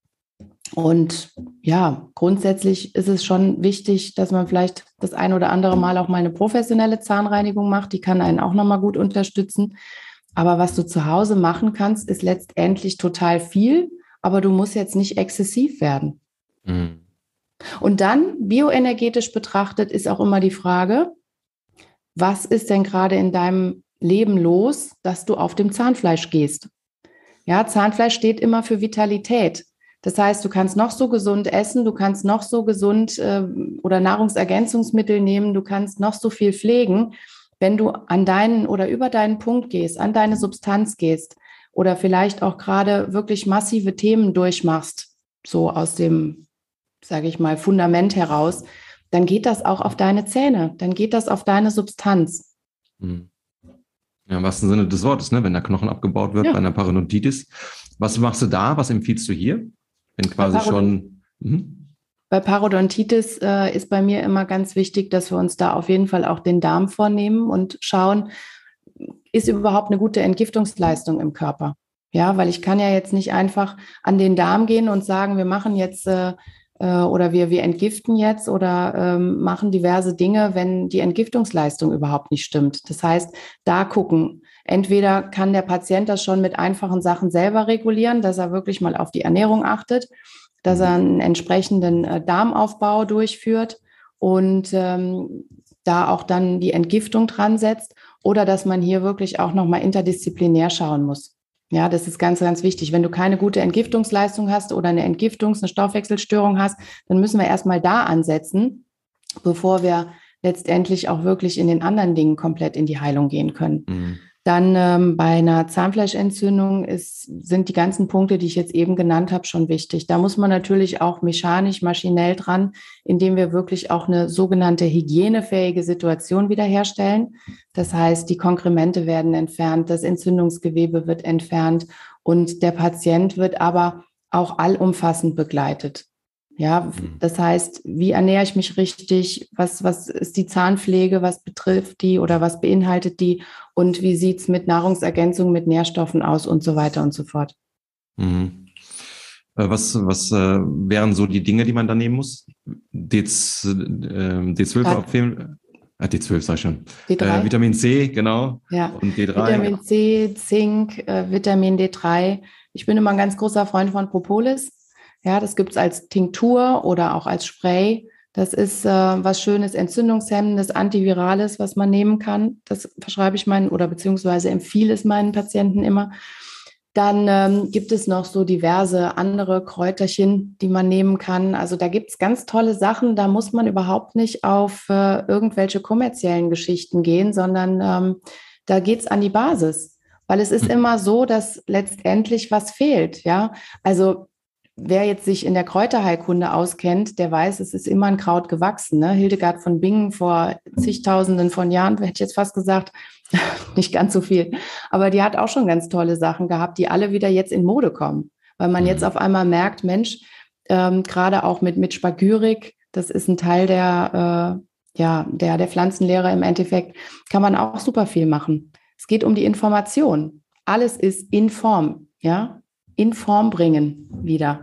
Und ja, grundsätzlich ist es schon wichtig, dass man vielleicht das ein oder andere Mal auch mal eine professionelle Zahnreinigung macht. Die kann einen auch nochmal gut unterstützen. Aber was du zu Hause machen kannst, ist letztendlich total viel, aber du musst jetzt nicht exzessiv werden. Und dann, bioenergetisch betrachtet, ist auch immer die Frage, was ist denn gerade in deinem Leben los, dass du auf dem Zahnfleisch gehst? Ja, Zahnfleisch steht immer für Vitalität. Das heißt, du kannst noch so gesund essen, du kannst noch so gesund oder Nahrungsergänzungsmittel nehmen, du kannst noch so viel pflegen. Wenn du an deinen oder über deinen Punkt gehst, an deine Substanz gehst oder vielleicht auch gerade wirklich massive Themen durchmachst, so aus dem, sage ich mal, Fundament heraus, dann geht das auch auf deine Zähne, dann geht das auf deine Substanz. Ja, im wahrsten Sinne des Wortes, ne? Wenn der Knochen abgebaut wird bei einer Parodontitis. Was machst du da? Was empfiehlst du hier? Wenn quasi schon... Bei Parodontitis ist bei mir immer ganz wichtig, dass wir uns da auf jeden Fall auch den Darm vornehmen und schauen, ist überhaupt eine gute Entgiftungsleistung im Körper? Ja, weil ich kann ja jetzt nicht einfach an den Darm gehen und sagen, wir machen jetzt oder wir entgiften jetzt oder machen diverse Dinge, wenn die Entgiftungsleistung überhaupt nicht stimmt. Das heißt, da gucken. Entweder kann der Patient das schon mit einfachen Sachen selber regulieren, dass er wirklich mal auf die Ernährung achtet. dass er einen entsprechenden Darmaufbau durchführt und da auch dann die Entgiftung dran setzt oder dass man hier wirklich auch nochmal interdisziplinär schauen muss. Ja, das ist ganz, ganz wichtig. Wenn du keine gute Entgiftungsleistung hast oder eine Stoffwechselstörung hast, dann müssen wir erstmal da ansetzen, bevor wir letztendlich auch wirklich in den anderen Dingen komplett in die Heilung gehen können. Mhm. Dann bei einer Zahnfleischentzündung sind die ganzen Punkte, die ich jetzt eben genannt habe, schon wichtig. Da muss man natürlich auch mechanisch, maschinell dran, indem wir wirklich auch eine sogenannte hygienefähige Situation wiederherstellen. Das heißt, die Konkremente werden entfernt, das Entzündungsgewebe wird entfernt und der Patient wird aber auch allumfassend begleitet. Ja, das heißt, wie ernähre ich mich richtig? Was ist die Zahnpflege? Was betrifft die oder was beinhaltet die? Und wie sieht es mit Nahrungsergänzung, mit Nährstoffen aus und so weiter und so fort? Mhm. Was wären so die Dinge, die man da nehmen muss? D12 abfehlen. D12 sag ich schon. D3. Vitamin C, genau. Ja. Und D3. Vitamin C, Zink, Vitamin D3. Ich bin immer ein ganz großer Freund von Propolis. Ja, das gibt es als Tinktur oder auch als Spray. Das ist was Schönes, Entzündungshemmendes, Antivirales, was man nehmen kann. Das verschreibe ich beziehungsweise empfehle es meinen Patienten immer. Dann gibt es noch so diverse andere Kräuterchen, die man nehmen kann. Also da gibt es ganz tolle Sachen. Da muss man überhaupt nicht auf irgendwelche kommerziellen Geschichten gehen, sondern da geht es an die Basis. Weil es ist immer so, dass letztendlich was fehlt. Ja, also wer jetzt sich in der Kräuterheilkunde auskennt, der weiß, es ist immer ein Kraut gewachsen. Ne? Hildegard von Bingen vor zigtausenden von Jahren, hätte ich jetzt fast gesagt, nicht ganz so viel. Aber die hat auch schon ganz tolle Sachen gehabt, die alle wieder jetzt in Mode kommen. Weil man jetzt auf einmal merkt, Mensch, gerade auch mit Spagyrik, das ist ein Teil der Pflanzenlehre im Endeffekt, kann man auch super viel machen. Es geht um die Information. Alles ist in Form, ja, in Form bringen wieder.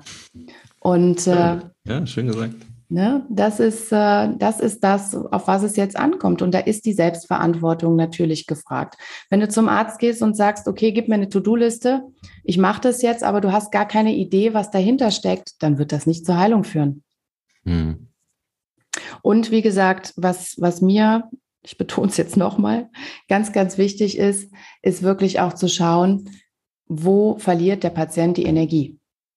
Und ja, schön gesagt. Ne, das ist das, auf was es jetzt ankommt. Und da ist die Selbstverantwortung natürlich gefragt. Wenn du zum Arzt gehst und sagst, okay, gib mir eine To-Do-Liste, ich mache das jetzt, aber du hast gar keine Idee, was dahinter steckt, dann wird das nicht zur Heilung führen. Hm. Und wie gesagt, was mir, ich betone es jetzt nochmal, ganz, ganz wichtig ist wirklich auch zu schauen, wo verliert der Patient die Energie?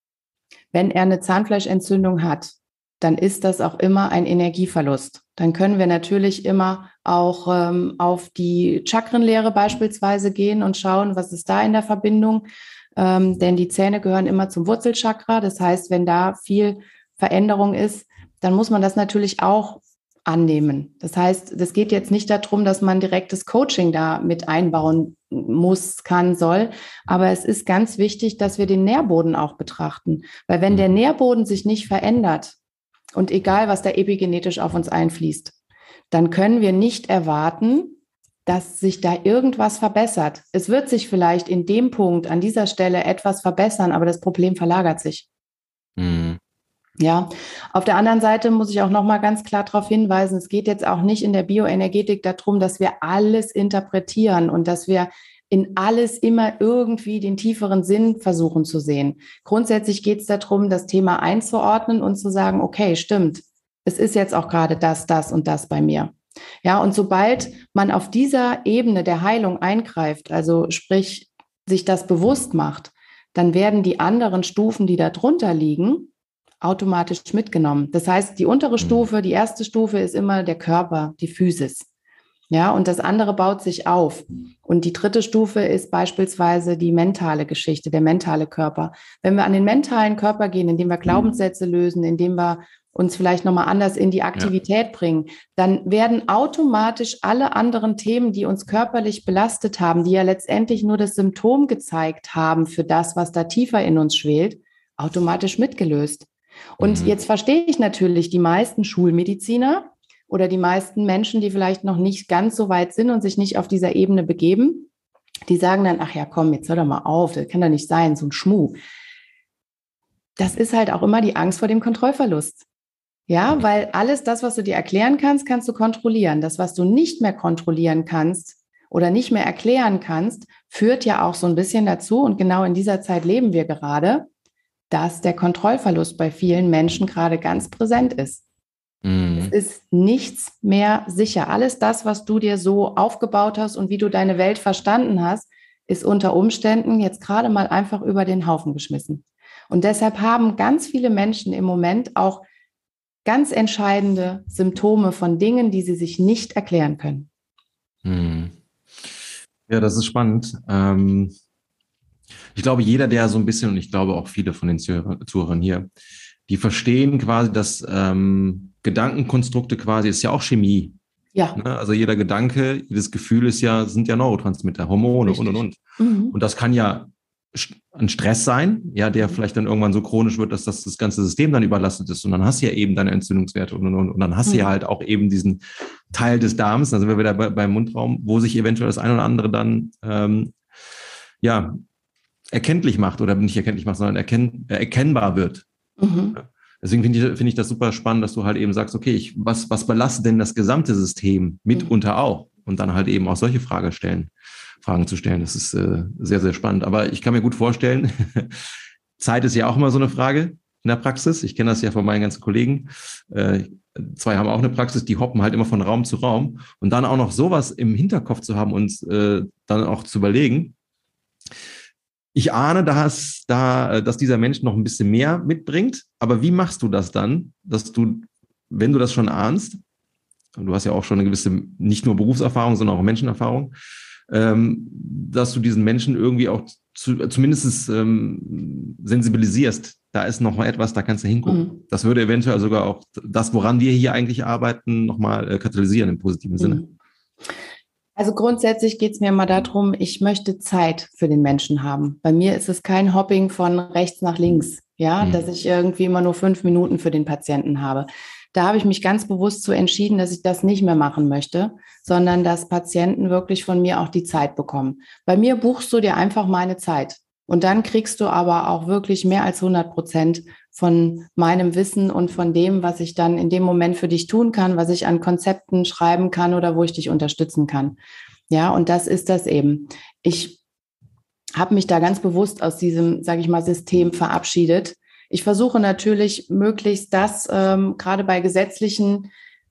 Wenn er eine Zahnfleischentzündung hat, dann ist das auch immer ein Energieverlust. Dann können wir natürlich immer auch auf die Chakrenlehre beispielsweise gehen und schauen, was ist da in der Verbindung. Denn die Zähne gehören immer zum Wurzelchakra. Das heißt, wenn da viel Veränderung ist, dann muss man das natürlich auch annehmen. Das heißt, das geht jetzt nicht darum, dass man direktes Coaching da mit einbauen muss, kann, soll. Aber es ist ganz wichtig, dass wir den Nährboden auch betrachten. Weil wenn der Nährboden sich nicht verändert und egal, was da epigenetisch auf uns einfließt, dann können wir nicht erwarten, dass sich da irgendwas verbessert. Es wird sich vielleicht in dem Punkt, an dieser Stelle etwas verbessern, aber das Problem verlagert sich. Mhm. Ja, auf der anderen Seite muss ich auch noch mal ganz klar darauf hinweisen, es geht jetzt auch nicht in der Bioenergetik darum, dass wir alles interpretieren und dass wir in alles immer irgendwie den tieferen Sinn versuchen zu sehen. Grundsätzlich geht es darum, das Thema einzuordnen und zu sagen, okay, stimmt, es ist jetzt auch gerade das und das bei mir. Ja, und sobald man auf dieser Ebene der Heilung eingreift, also sprich sich das bewusst macht, dann werden die anderen Stufen, die da drunter liegen, automatisch mitgenommen. Das heißt, die untere Stufe, die erste Stufe ist immer der Körper, die Physis. Ja, und das andere baut sich auf. Und die dritte Stufe ist beispielsweise die mentale Geschichte, der mentale Körper. Wenn wir an den mentalen Körper gehen, indem wir Glaubenssätze lösen, indem wir uns vielleicht nochmal anders in die Aktivität bringen, dann werden automatisch alle anderen Themen, die uns körperlich belastet haben, die ja letztendlich nur das Symptom gezeigt haben für das, was da tiefer in uns schwelt, automatisch mitgelöst. Und jetzt verstehe ich natürlich die meisten Schulmediziner oder die meisten Menschen, die vielleicht noch nicht ganz so weit sind und sich nicht auf dieser Ebene begeben, die sagen dann, ach ja, komm, jetzt hör doch mal auf, das kann doch nicht sein, so ein Schmuh. Das ist halt auch immer die Angst vor dem Kontrollverlust. Ja, weil alles das, was du dir erklären kannst, kannst du kontrollieren. Das, was du nicht mehr kontrollieren kannst oder nicht mehr erklären kannst, führt ja auch so ein bisschen dazu, und genau in dieser Zeit leben wir gerade, dass der Kontrollverlust bei vielen Menschen gerade ganz präsent ist. Es ist nichts mehr sicher. Alles das, was du dir so aufgebaut hast und wie du deine Welt verstanden hast, ist unter Umständen jetzt gerade mal einfach über den Haufen geschmissen. Und deshalb haben ganz viele Menschen im Moment auch ganz entscheidende Symptome von Dingen, die sie sich nicht erklären können. Ja, das ist spannend. Ich glaube, jeder, der so ein bisschen, und ich glaube auch viele von den Zuhörern hier, die verstehen quasi, dass Gedankenkonstrukte quasi ist ja auch Chemie. Ja. Ne? Also jeder Gedanke, jedes Gefühl sind ja Neurotransmitter, Hormone und. Und das kann ja ein Stress sein, ja, der vielleicht dann irgendwann so chronisch wird, dass das ganze System dann überlastet ist. Und dann hast du ja eben deine Entzündungswerte und dann hast du ja halt auch eben diesen Teil des Darms, also wir wieder beim Mundraum, wo sich eventuell das eine oder andere dann erkenntlich macht oder nicht erkenntlich macht, sondern erkennbar wird. Deswegen finde ich das super spannend, dass du halt eben sagst, okay, was belastet denn das gesamte System mitunter auch? Und dann halt eben auch solche Fragen zu stellen. Das ist sehr, sehr spannend. Aber ich kann mir gut vorstellen, Zeit ist ja auch immer so eine Frage in der Praxis. Ich kenne das ja von meinen ganzen Kollegen. Zwei haben auch eine Praxis, die hoppen halt immer von Raum zu Raum. Und dann auch noch sowas im Hinterkopf zu haben und dann auch zu überlegen. Ich ahne, dass dieser Mensch noch ein bisschen mehr mitbringt. Aber wie machst du das dann, dass du, wenn du das schon ahnst, und du hast ja auch schon eine gewisse, nicht nur Berufserfahrung, sondern auch Menschenerfahrung, dass du diesen Menschen irgendwie auch zumindest sensibilisierst. Da ist noch mal etwas, da kannst du hingucken. Das würde eventuell sogar auch das, woran wir hier eigentlich arbeiten, nochmal katalysieren im positiven Sinne. Also grundsätzlich geht es mir immer darum, ich möchte Zeit für den Menschen haben. Bei mir ist es kein Hopping von rechts nach links, ja, dass ich irgendwie immer nur 5 Minuten für den Patienten habe. Da habe ich mich ganz bewusst so entschieden, dass ich das nicht mehr machen möchte, sondern dass Patienten wirklich von mir auch die Zeit bekommen. Bei mir buchst du dir einfach meine Zeit und dann kriegst du aber auch wirklich mehr als 100% von meinem Wissen und von dem, was ich dann in dem Moment für dich tun kann, was ich an Konzepten schreiben kann oder wo ich dich unterstützen kann. Ja, und das ist das eben. Ich habe mich da ganz bewusst aus diesem, sage ich mal, System verabschiedet. Ich versuche natürlich möglichst das gerade bei gesetzlichen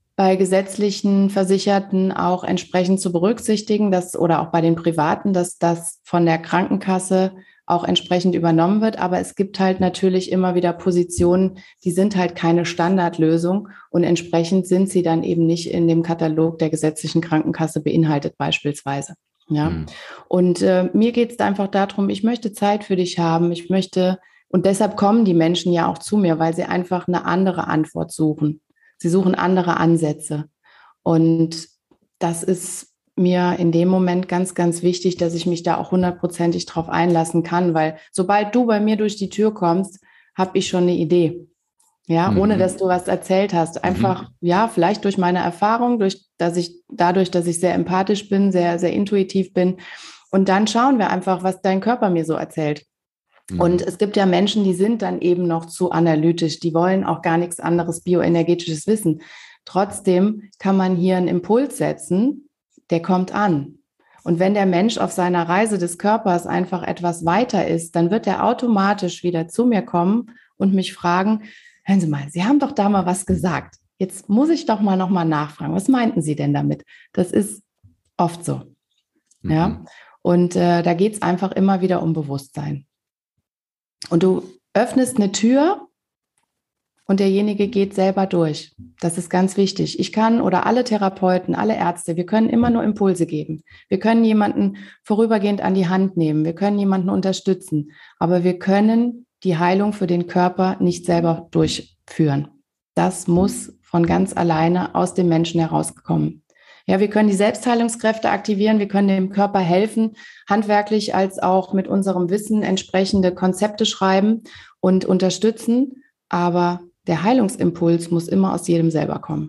Versicherten auch entsprechend zu berücksichtigen, oder auch bei den Privaten, dass das von der Krankenkasse auch entsprechend übernommen wird. Aber es gibt halt natürlich immer wieder Positionen, die sind halt keine Standardlösung und entsprechend sind sie dann eben nicht in dem Katalog der gesetzlichen Krankenkasse beinhaltet beispielsweise. Ja. Und mir geht es einfach darum, ich möchte Zeit für dich haben, und deshalb kommen die Menschen ja auch zu mir, weil sie einfach eine andere Antwort suchen. Sie suchen andere Ansätze. Und das ist mir in dem Moment ganz, ganz wichtig, dass ich mich da auch 100%ig drauf einlassen kann, weil sobald du bei mir durch die Tür kommst, habe ich schon eine Idee. Ja, ohne dass du was erzählt hast. Einfach, ja, vielleicht durch meine Erfahrung, dadurch, dass ich sehr empathisch bin, sehr, sehr intuitiv bin. Und dann schauen wir einfach, was dein Körper mir so erzählt. Und es gibt ja Menschen, die sind dann eben noch zu analytisch, die wollen auch gar nichts anderes bioenergetisches wissen. Trotzdem kann man hier einen Impuls setzen, der kommt an. Und wenn der Mensch auf seiner Reise des Körpers einfach etwas weiter ist, dann wird er automatisch wieder zu mir kommen und mich fragen, hören Sie mal, Sie haben doch da mal was gesagt. Jetzt muss ich doch mal nochmal nachfragen. Was meinten Sie denn damit? Das ist oft so. Ja. Und da geht es einfach immer wieder um Bewusstsein. Und du öffnest eine Tür und derjenige geht selber durch. Das ist ganz wichtig. Ich kann oder alle Therapeuten, alle Ärzte, wir können immer nur Impulse geben. Wir können jemanden vorübergehend an die Hand nehmen. Wir können jemanden unterstützen. Aber wir können die Heilung für den Körper nicht selber durchführen. Das muss von ganz alleine aus dem Menschen herauskommen. Ja, wir können die Selbstheilungskräfte aktivieren, wir können dem Körper helfen, handwerklich als auch mit unserem Wissen entsprechende Konzepte schreiben und unterstützen, aber der Heilungsimpuls muss immer aus jedem selber kommen.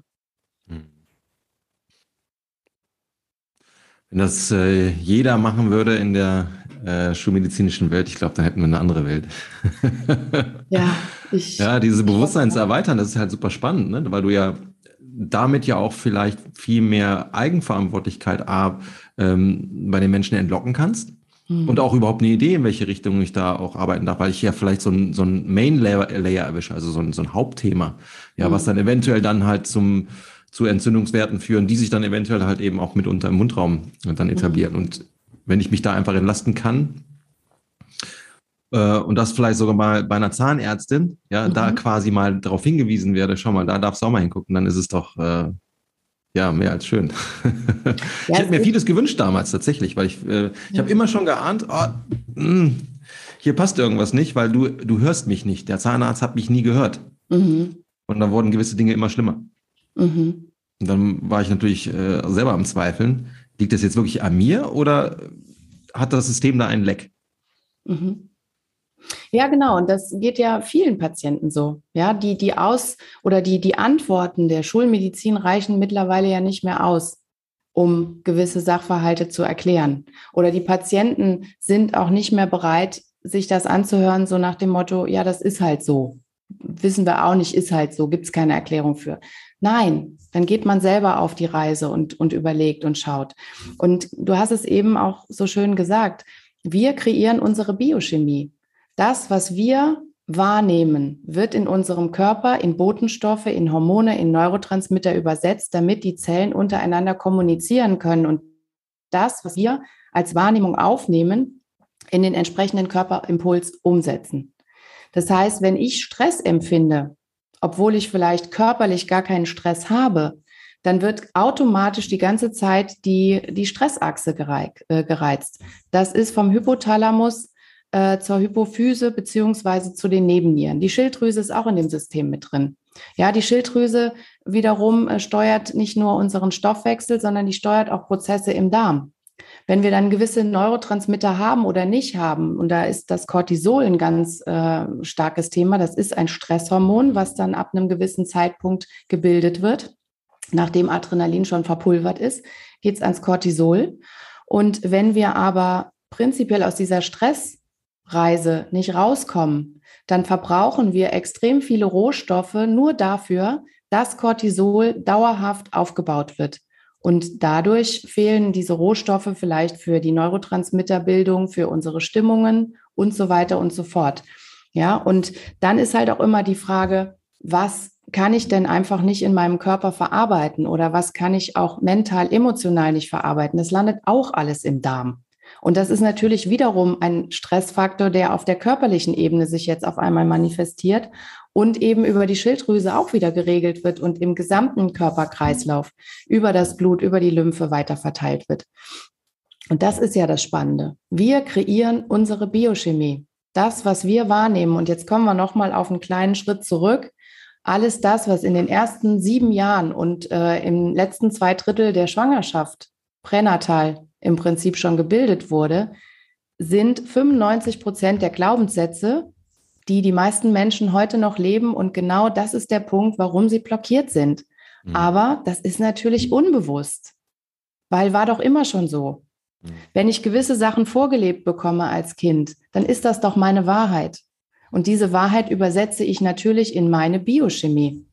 Wenn das jeder machen würde in der schulmedizinischen Welt, ich glaube, dann hätten wir eine andere Welt. Ja, diese Bewusstsein zu erweitern, das ist halt super spannend, ne? Weil du ja damit ja auch vielleicht viel mehr Eigenverantwortlichkeit bei den Menschen entlocken kannst. Und auch überhaupt eine Idee, in welche Richtung ich da auch arbeiten darf, weil ich ja vielleicht so ein Main-Layer erwische, also so ein Hauptthema, ja, was dann eventuell dann halt zu Entzündungswerten führen, die sich dann eventuell halt eben auch mitunter im Mundraum dann etablieren. Und wenn ich mich da einfach entlasten kann, und das vielleicht sogar mal bei einer Zahnärztin, ja, da quasi mal darauf hingewiesen werde, schau mal, da darfst du auch mal hingucken, dann ist es doch, ja, mehr als schön. Ich hätte mir vieles gewünscht damals tatsächlich, weil ich habe immer schon geahnt, hier passt irgendwas nicht, weil du hörst mich nicht. Der Zahnarzt hat mich nie gehört. Und dann wurden gewisse Dinge immer schlimmer. Und dann war ich natürlich selber am Zweifeln. Liegt das jetzt wirklich an mir oder hat das System da einen Leck? Ja, genau. Und das geht ja vielen Patienten so. Ja, die Antworten der Schulmedizin reichen mittlerweile ja nicht mehr aus, um gewisse Sachverhalte zu erklären. Oder die Patienten sind auch nicht mehr bereit, sich das anzuhören, so nach dem Motto, ja, das ist halt so. Wissen wir auch nicht, ist halt so, gibt es keine Erklärung für. Nein, dann geht man selber auf die Reise und überlegt und schaut. Und du hast es eben auch so schön gesagt, wir kreieren unsere Biochemie. Das, was wir wahrnehmen, wird in unserem Körper in Botenstoffe, in Hormone, in Neurotransmitter übersetzt, damit die Zellen untereinander kommunizieren können und das, was wir als Wahrnehmung aufnehmen, in den entsprechenden Körperimpuls umsetzen. Das heißt, wenn ich Stress empfinde, obwohl ich vielleicht körperlich gar keinen Stress habe, dann wird automatisch die ganze Zeit die Stressachse gereizt. Das ist vom Hypothalamus zur Hypophyse beziehungsweise zu den Nebennieren. Die Schilddrüse ist auch in dem System mit drin. Ja, die Schilddrüse wiederum steuert nicht nur unseren Stoffwechsel, sondern die steuert auch Prozesse im Darm. Wenn wir dann gewisse Neurotransmitter haben oder nicht haben, und da ist das Cortisol ein ganz starkes Thema, das ist ein Stresshormon, was dann ab einem gewissen Zeitpunkt gebildet wird. Nachdem Adrenalin schon verpulvert ist, geht es ans Cortisol. Und wenn wir aber prinzipiell aus dieser Stressreise nicht rauskommen, dann verbrauchen wir extrem viele Rohstoffe nur dafür, dass Cortisol dauerhaft aufgebaut wird. Und dadurch fehlen diese Rohstoffe vielleicht für die Neurotransmitterbildung, für unsere Stimmungen und so weiter und so fort. Ja, und dann ist halt auch immer die Frage, was kann ich denn einfach nicht in meinem Körper verarbeiten oder was kann ich auch mental, emotional nicht verarbeiten? Das landet auch alles im Darm. Und das ist natürlich wiederum ein Stressfaktor, der auf der körperlichen Ebene sich jetzt auf einmal manifestiert und eben über die Schilddrüse auch wieder geregelt wird und im gesamten Körperkreislauf über das Blut, über die Lymphe weiter verteilt wird. Und das ist ja das Spannende. Wir kreieren unsere Biochemie. Das, was wir wahrnehmen. Und jetzt kommen wir nochmal auf einen kleinen Schritt zurück. Alles das, was in den ersten 7 Jahren und im letzten 2/3 der Schwangerschaft pränatal im Prinzip schon gebildet wurde, sind 95% der Glaubenssätze, die die meisten Menschen heute noch leben. Und genau das ist der Punkt, warum sie blockiert sind. Aber das ist natürlich unbewusst, weil war doch immer schon so. Wenn ich gewisse Sachen vorgelebt bekomme als Kind, dann ist das doch meine Wahrheit. Und diese Wahrheit übersetze ich natürlich in meine Biochemie.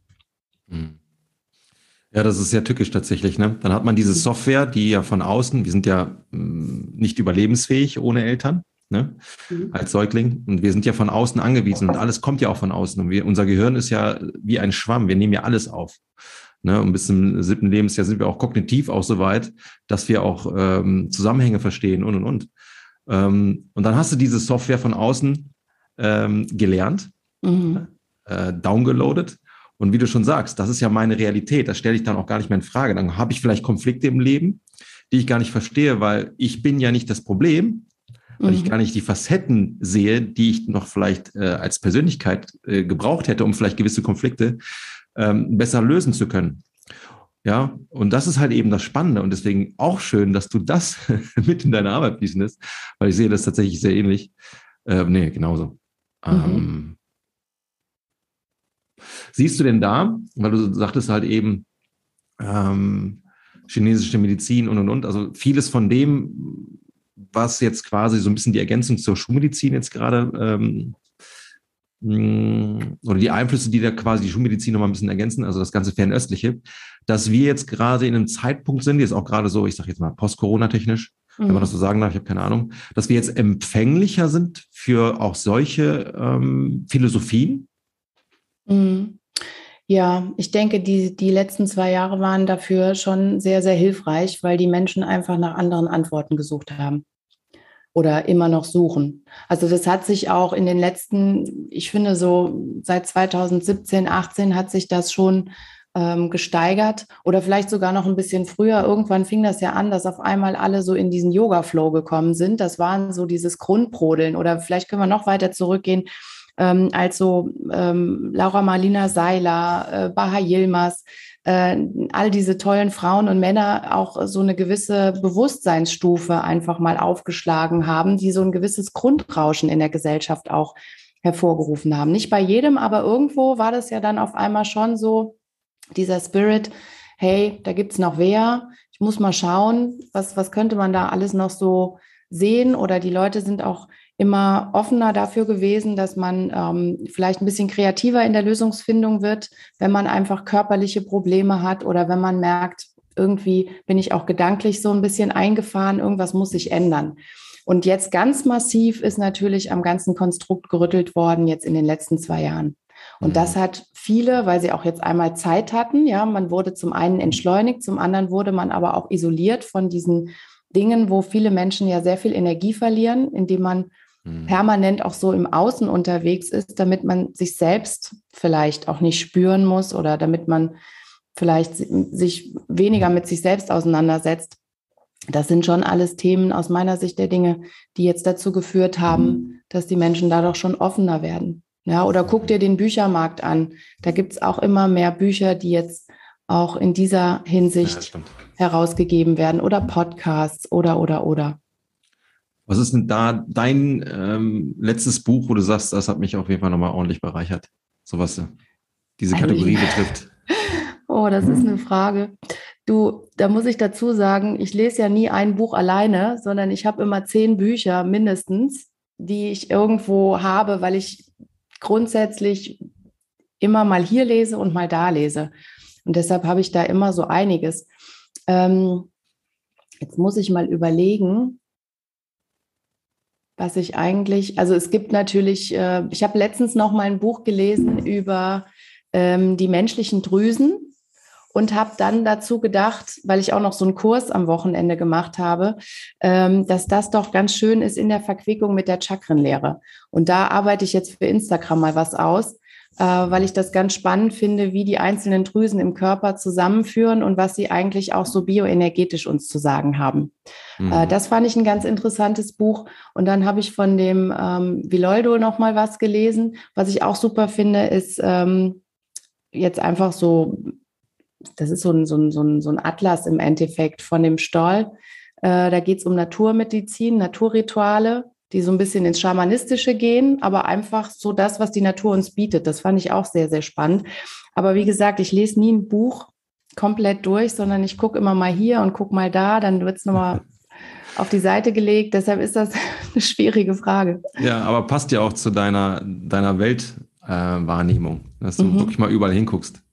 Ja, das ist sehr tückisch tatsächlich, ne? Dann hat man diese Software, die ja von außen, wir sind ja nicht überlebensfähig ohne Eltern, ne? Als Säugling. Und wir sind ja von außen angewiesen und alles kommt ja auch von außen. Und unser Gehirn ist ja wie ein Schwamm, wir nehmen ja alles auf. Ne? Und bis zum 7. Lebensjahr sind wir auch kognitiv auch so weit, dass wir auch Zusammenhänge verstehen und. Und dann hast du diese Software von außen gelernt, downgeloadet. Und wie du schon sagst, das ist ja meine Realität. Das stelle ich dann auch gar nicht mehr in Frage. Dann habe ich vielleicht Konflikte im Leben, die ich gar nicht verstehe, weil ich bin ja nicht das Problem, weil ich gar nicht die Facetten sehe, die ich noch vielleicht als Persönlichkeit gebraucht hätte, um vielleicht gewisse Konflikte besser lösen zu können. Ja, und das ist halt eben das Spannende und deswegen auch schön, dass du das mit in deine Arbeit fließen lässt, weil ich sehe das tatsächlich sehr ähnlich. Nee, genauso. Siehst du denn da, weil du sagtest halt eben chinesische Medizin und, also vieles von dem, was jetzt quasi so ein bisschen die Ergänzung zur Schulmedizin jetzt gerade oder die Einflüsse, die da quasi die Schulmedizin nochmal ein bisschen ergänzen, also das ganze Fernöstliche, dass wir jetzt gerade in einem Zeitpunkt sind, jetzt auch gerade so, ich sage jetzt mal post-Corona-technisch, wenn man das so sagen darf, ich habe keine Ahnung, dass wir jetzt empfänglicher sind für auch solche Philosophien? Mhm. Ja, ich denke, die letzten 2 Jahre waren dafür schon sehr, sehr hilfreich, weil die Menschen einfach nach anderen Antworten gesucht haben oder immer noch suchen. Also das hat sich auch in den letzten, ich finde so seit 2017, 18 hat sich das schon gesteigert oder vielleicht sogar noch ein bisschen früher. Irgendwann fing das ja an, dass auf einmal alle so in diesen Yoga-Flow gekommen sind. Das waren so dieses Grundbrodeln oder vielleicht können wir noch weiter zurückgehen. Also Laura Marlina Seiler, Baha Yilmaz, all diese tollen Frauen und Männer auch so eine gewisse Bewusstseinsstufe einfach mal aufgeschlagen haben, die so ein gewisses Grundrauschen in der Gesellschaft auch hervorgerufen haben. Nicht bei jedem, aber irgendwo war das ja dann auf einmal schon so dieser Spirit, hey, da gibt's noch wer, ich muss mal schauen, was könnte man da alles noch so sehen, oder die Leute sind auch immer offener dafür gewesen, dass man vielleicht ein bisschen kreativer in der Lösungsfindung wird, wenn man einfach körperliche Probleme hat oder wenn man merkt, irgendwie bin ich auch gedanklich so ein bisschen eingefahren, irgendwas muss sich ändern. Und jetzt ganz massiv ist natürlich am ganzen Konstrukt gerüttelt worden, jetzt in den letzten 2 Jahren. Und das hat viele, weil sie auch jetzt einmal Zeit hatten, ja, man wurde zum einen entschleunigt, zum anderen wurde man aber auch isoliert von diesen Dingen, wo viele Menschen ja sehr viel Energie verlieren, indem man permanent auch so im Außen unterwegs ist, damit man sich selbst vielleicht auch nicht spüren muss oder damit man vielleicht sich weniger mit sich selbst auseinandersetzt. Das sind schon alles Themen aus meiner Sicht der Dinge, die jetzt dazu geführt haben, dass die Menschen dadurch schon offener werden. Ja, oder guck dir den Büchermarkt an. Da gibt es auch immer mehr Bücher, die jetzt auch in dieser Hinsicht herausgegeben werden, oder Podcasts oder. Was ist denn da dein letztes Buch, wo du sagst, das hat mich auf jeden Fall nochmal ordentlich bereichert? So was diese Kategorie betrifft. Oh, das ist eine Frage. Du, da muss ich dazu sagen, ich lese ja nie ein Buch alleine, sondern ich habe immer 10 Bücher mindestens, die ich irgendwo habe, weil ich grundsätzlich immer mal hier lese und mal da lese. Und deshalb habe ich da immer so einiges. Jetzt muss ich mal überlegen, was ich eigentlich, also es gibt natürlich, ich habe letztens noch mal ein Buch gelesen über die menschlichen Drüsen und habe dann dazu gedacht, weil ich auch noch so einen Kurs am Wochenende gemacht habe, dass das doch ganz schön ist in der Verquickung mit der Chakrenlehre. Und da arbeite ich jetzt für Instagram mal was aus, weil ich das ganz spannend finde, wie die einzelnen Drüsen im Körper zusammenführen und was sie eigentlich auch so bioenergetisch uns zu sagen haben. Das fand ich ein ganz interessantes Buch. Und dann habe ich von dem Viloldo noch mal was gelesen. Was ich auch super finde, ist jetzt einfach so, das ist so ein Atlas im Endeffekt von dem Stoll. Da geht es um Naturmedizin, Naturrituale, die so ein bisschen ins Schamanistische gehen, aber einfach so das, was die Natur uns bietet. Das fand ich auch sehr, sehr spannend. Aber wie gesagt, ich lese nie ein Buch komplett durch, sondern ich gucke immer mal hier und gucke mal da, dann wird es nochmal auf die Seite gelegt. Deshalb ist das eine schwierige Frage. Ja, aber passt ja auch zu deiner Weltwahrnehmung, dass du wirklich mal überall hinguckst.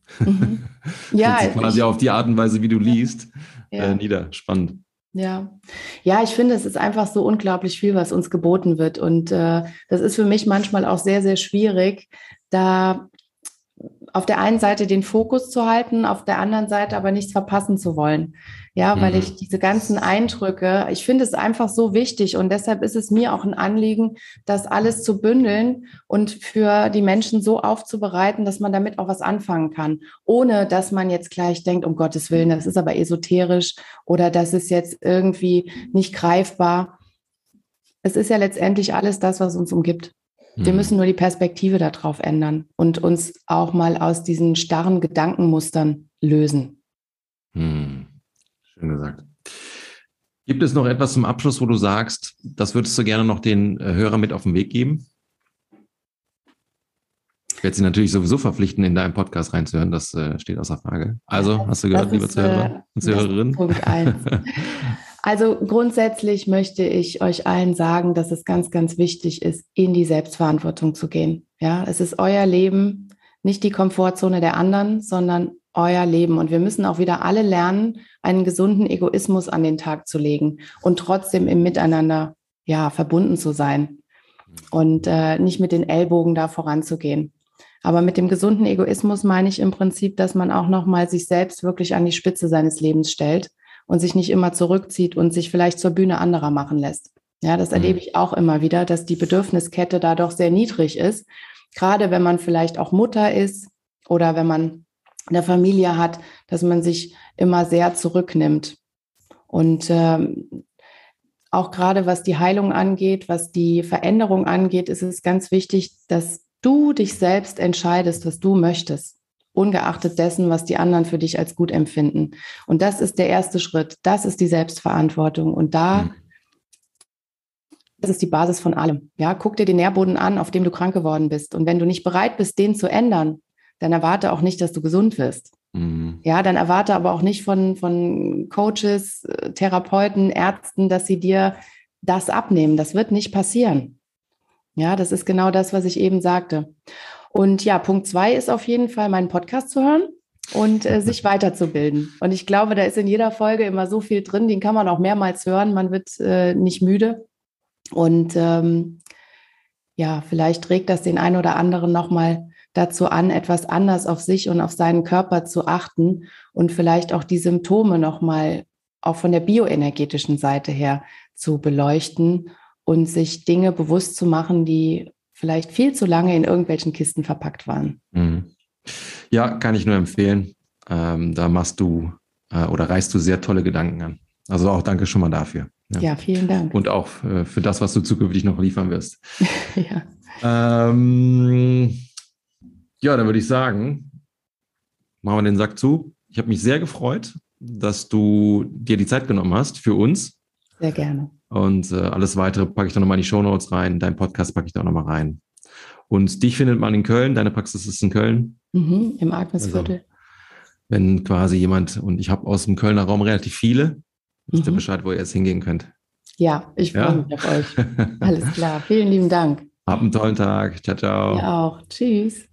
Ja, quasi auf die Art und Weise, wie du liest, nieder. Spannend. Ja, ich finde, es ist einfach so unglaublich viel, was uns geboten wird. Und das ist für mich manchmal auch sehr, sehr schwierig, da auf der einen Seite den Fokus zu halten, auf der anderen Seite aber nichts verpassen zu wollen. Ja, weil ich diese ganzen Eindrücke, ich finde es einfach so wichtig, und deshalb ist es mir auch ein Anliegen, das alles zu bündeln und für die Menschen so aufzubereiten, dass man damit auch was anfangen kann, ohne dass man jetzt gleich denkt, um Gottes Willen, das ist aber esoterisch oder das ist jetzt irgendwie nicht greifbar. Es ist ja letztendlich alles das, was uns umgibt. Wir müssen nur die Perspektive darauf ändern und uns auch mal aus diesen starren Gedankenmustern lösen. Schön gesagt. Gibt es noch etwas zum Abschluss, wo du sagst, das würdest du gerne noch den Hörern mit auf den Weg geben? Ich werde sie natürlich sowieso verpflichten, in deinen Podcast reinzuhören. Das steht außer Frage. Also, hast du gehört, liebe Zuhörer und Zuhörerinnen? Punkt 1. Also grundsätzlich möchte ich euch allen sagen, dass es ganz, ganz wichtig ist, in die Selbstverantwortung zu gehen. Ja, es ist euer Leben, nicht die Komfortzone der anderen, sondern euer Leben. Und wir müssen auch wieder alle lernen, einen gesunden Egoismus an den Tag zu legen und trotzdem im Miteinander, ja, verbunden zu sein und nicht mit den Ellbogen da voranzugehen. Aber mit dem gesunden Egoismus meine ich im Prinzip, dass man auch nochmal sich selbst wirklich an die Spitze seines Lebens stellt und sich nicht immer zurückzieht und sich vielleicht zur Bühne anderer machen lässt. Ja, das erlebe ich auch immer wieder, dass die Bedürfniskette da doch sehr niedrig ist. Gerade wenn man vielleicht auch Mutter ist oder wenn man eine Familie hat, dass man sich immer sehr zurücknimmt. Und auch gerade was die Heilung angeht, was die Veränderung angeht, ist es ganz wichtig, dass du dich selbst entscheidest, was du möchtest, ungeachtet dessen, was die anderen für dich als gut empfinden. Und das ist der erste Schritt. Das ist die Selbstverantwortung. Und das ist die Basis von allem. Ja, guck dir den Nährboden an, auf dem du krank geworden bist. Und wenn du nicht bereit bist, den zu ändern, dann erwarte auch nicht, dass du gesund wirst. Ja, dann erwarte aber auch nicht von Coaches, Therapeuten, Ärzten, dass sie dir das abnehmen. Das wird nicht passieren. Ja, das ist genau das, was ich eben sagte. Und ja, Punkt 2 ist auf jeden Fall, meinen Podcast zu hören und sich weiterzubilden. Und ich glaube, da ist in jeder Folge immer so viel drin, den kann man auch mehrmals hören. Man wird nicht müde. Und ja, vielleicht regt das den einen oder anderen nochmal dazu an, etwas anders auf sich und auf seinen Körper zu achten und vielleicht auch die Symptome nochmal auch von der bioenergetischen Seite her zu beleuchten und sich Dinge bewusst zu machen, die vielleicht viel zu lange in irgendwelchen Kisten verpackt waren. Ja, kann ich nur empfehlen. Da machst du oder reißt du sehr tolle Gedanken an. Also auch danke schon mal dafür. Ja, vielen Dank. Und auch für das, was du zukünftig noch liefern wirst. Ja. Ja, dann würde ich sagen, machen wir den Sack zu. Ich habe mich sehr gefreut, dass du dir die Zeit genommen hast für uns. Sehr gerne. Und alles Weitere packe ich dann nochmal in die Shownotes rein. Deinen Podcast packe ich da auch nochmal rein. Und dich findet man in Köln. Deine Praxis ist in Köln. Im Agnesviertel. Also, wenn quasi jemand, und ich habe aus dem Kölner Raum relativ viele, wisst ihr Bescheid, wo ihr jetzt hingehen könnt. Ja, ich freue mich auf euch. Alles klar. Vielen lieben Dank. Habt einen tollen Tag. Ciao, ciao. Ja auch. Tschüss.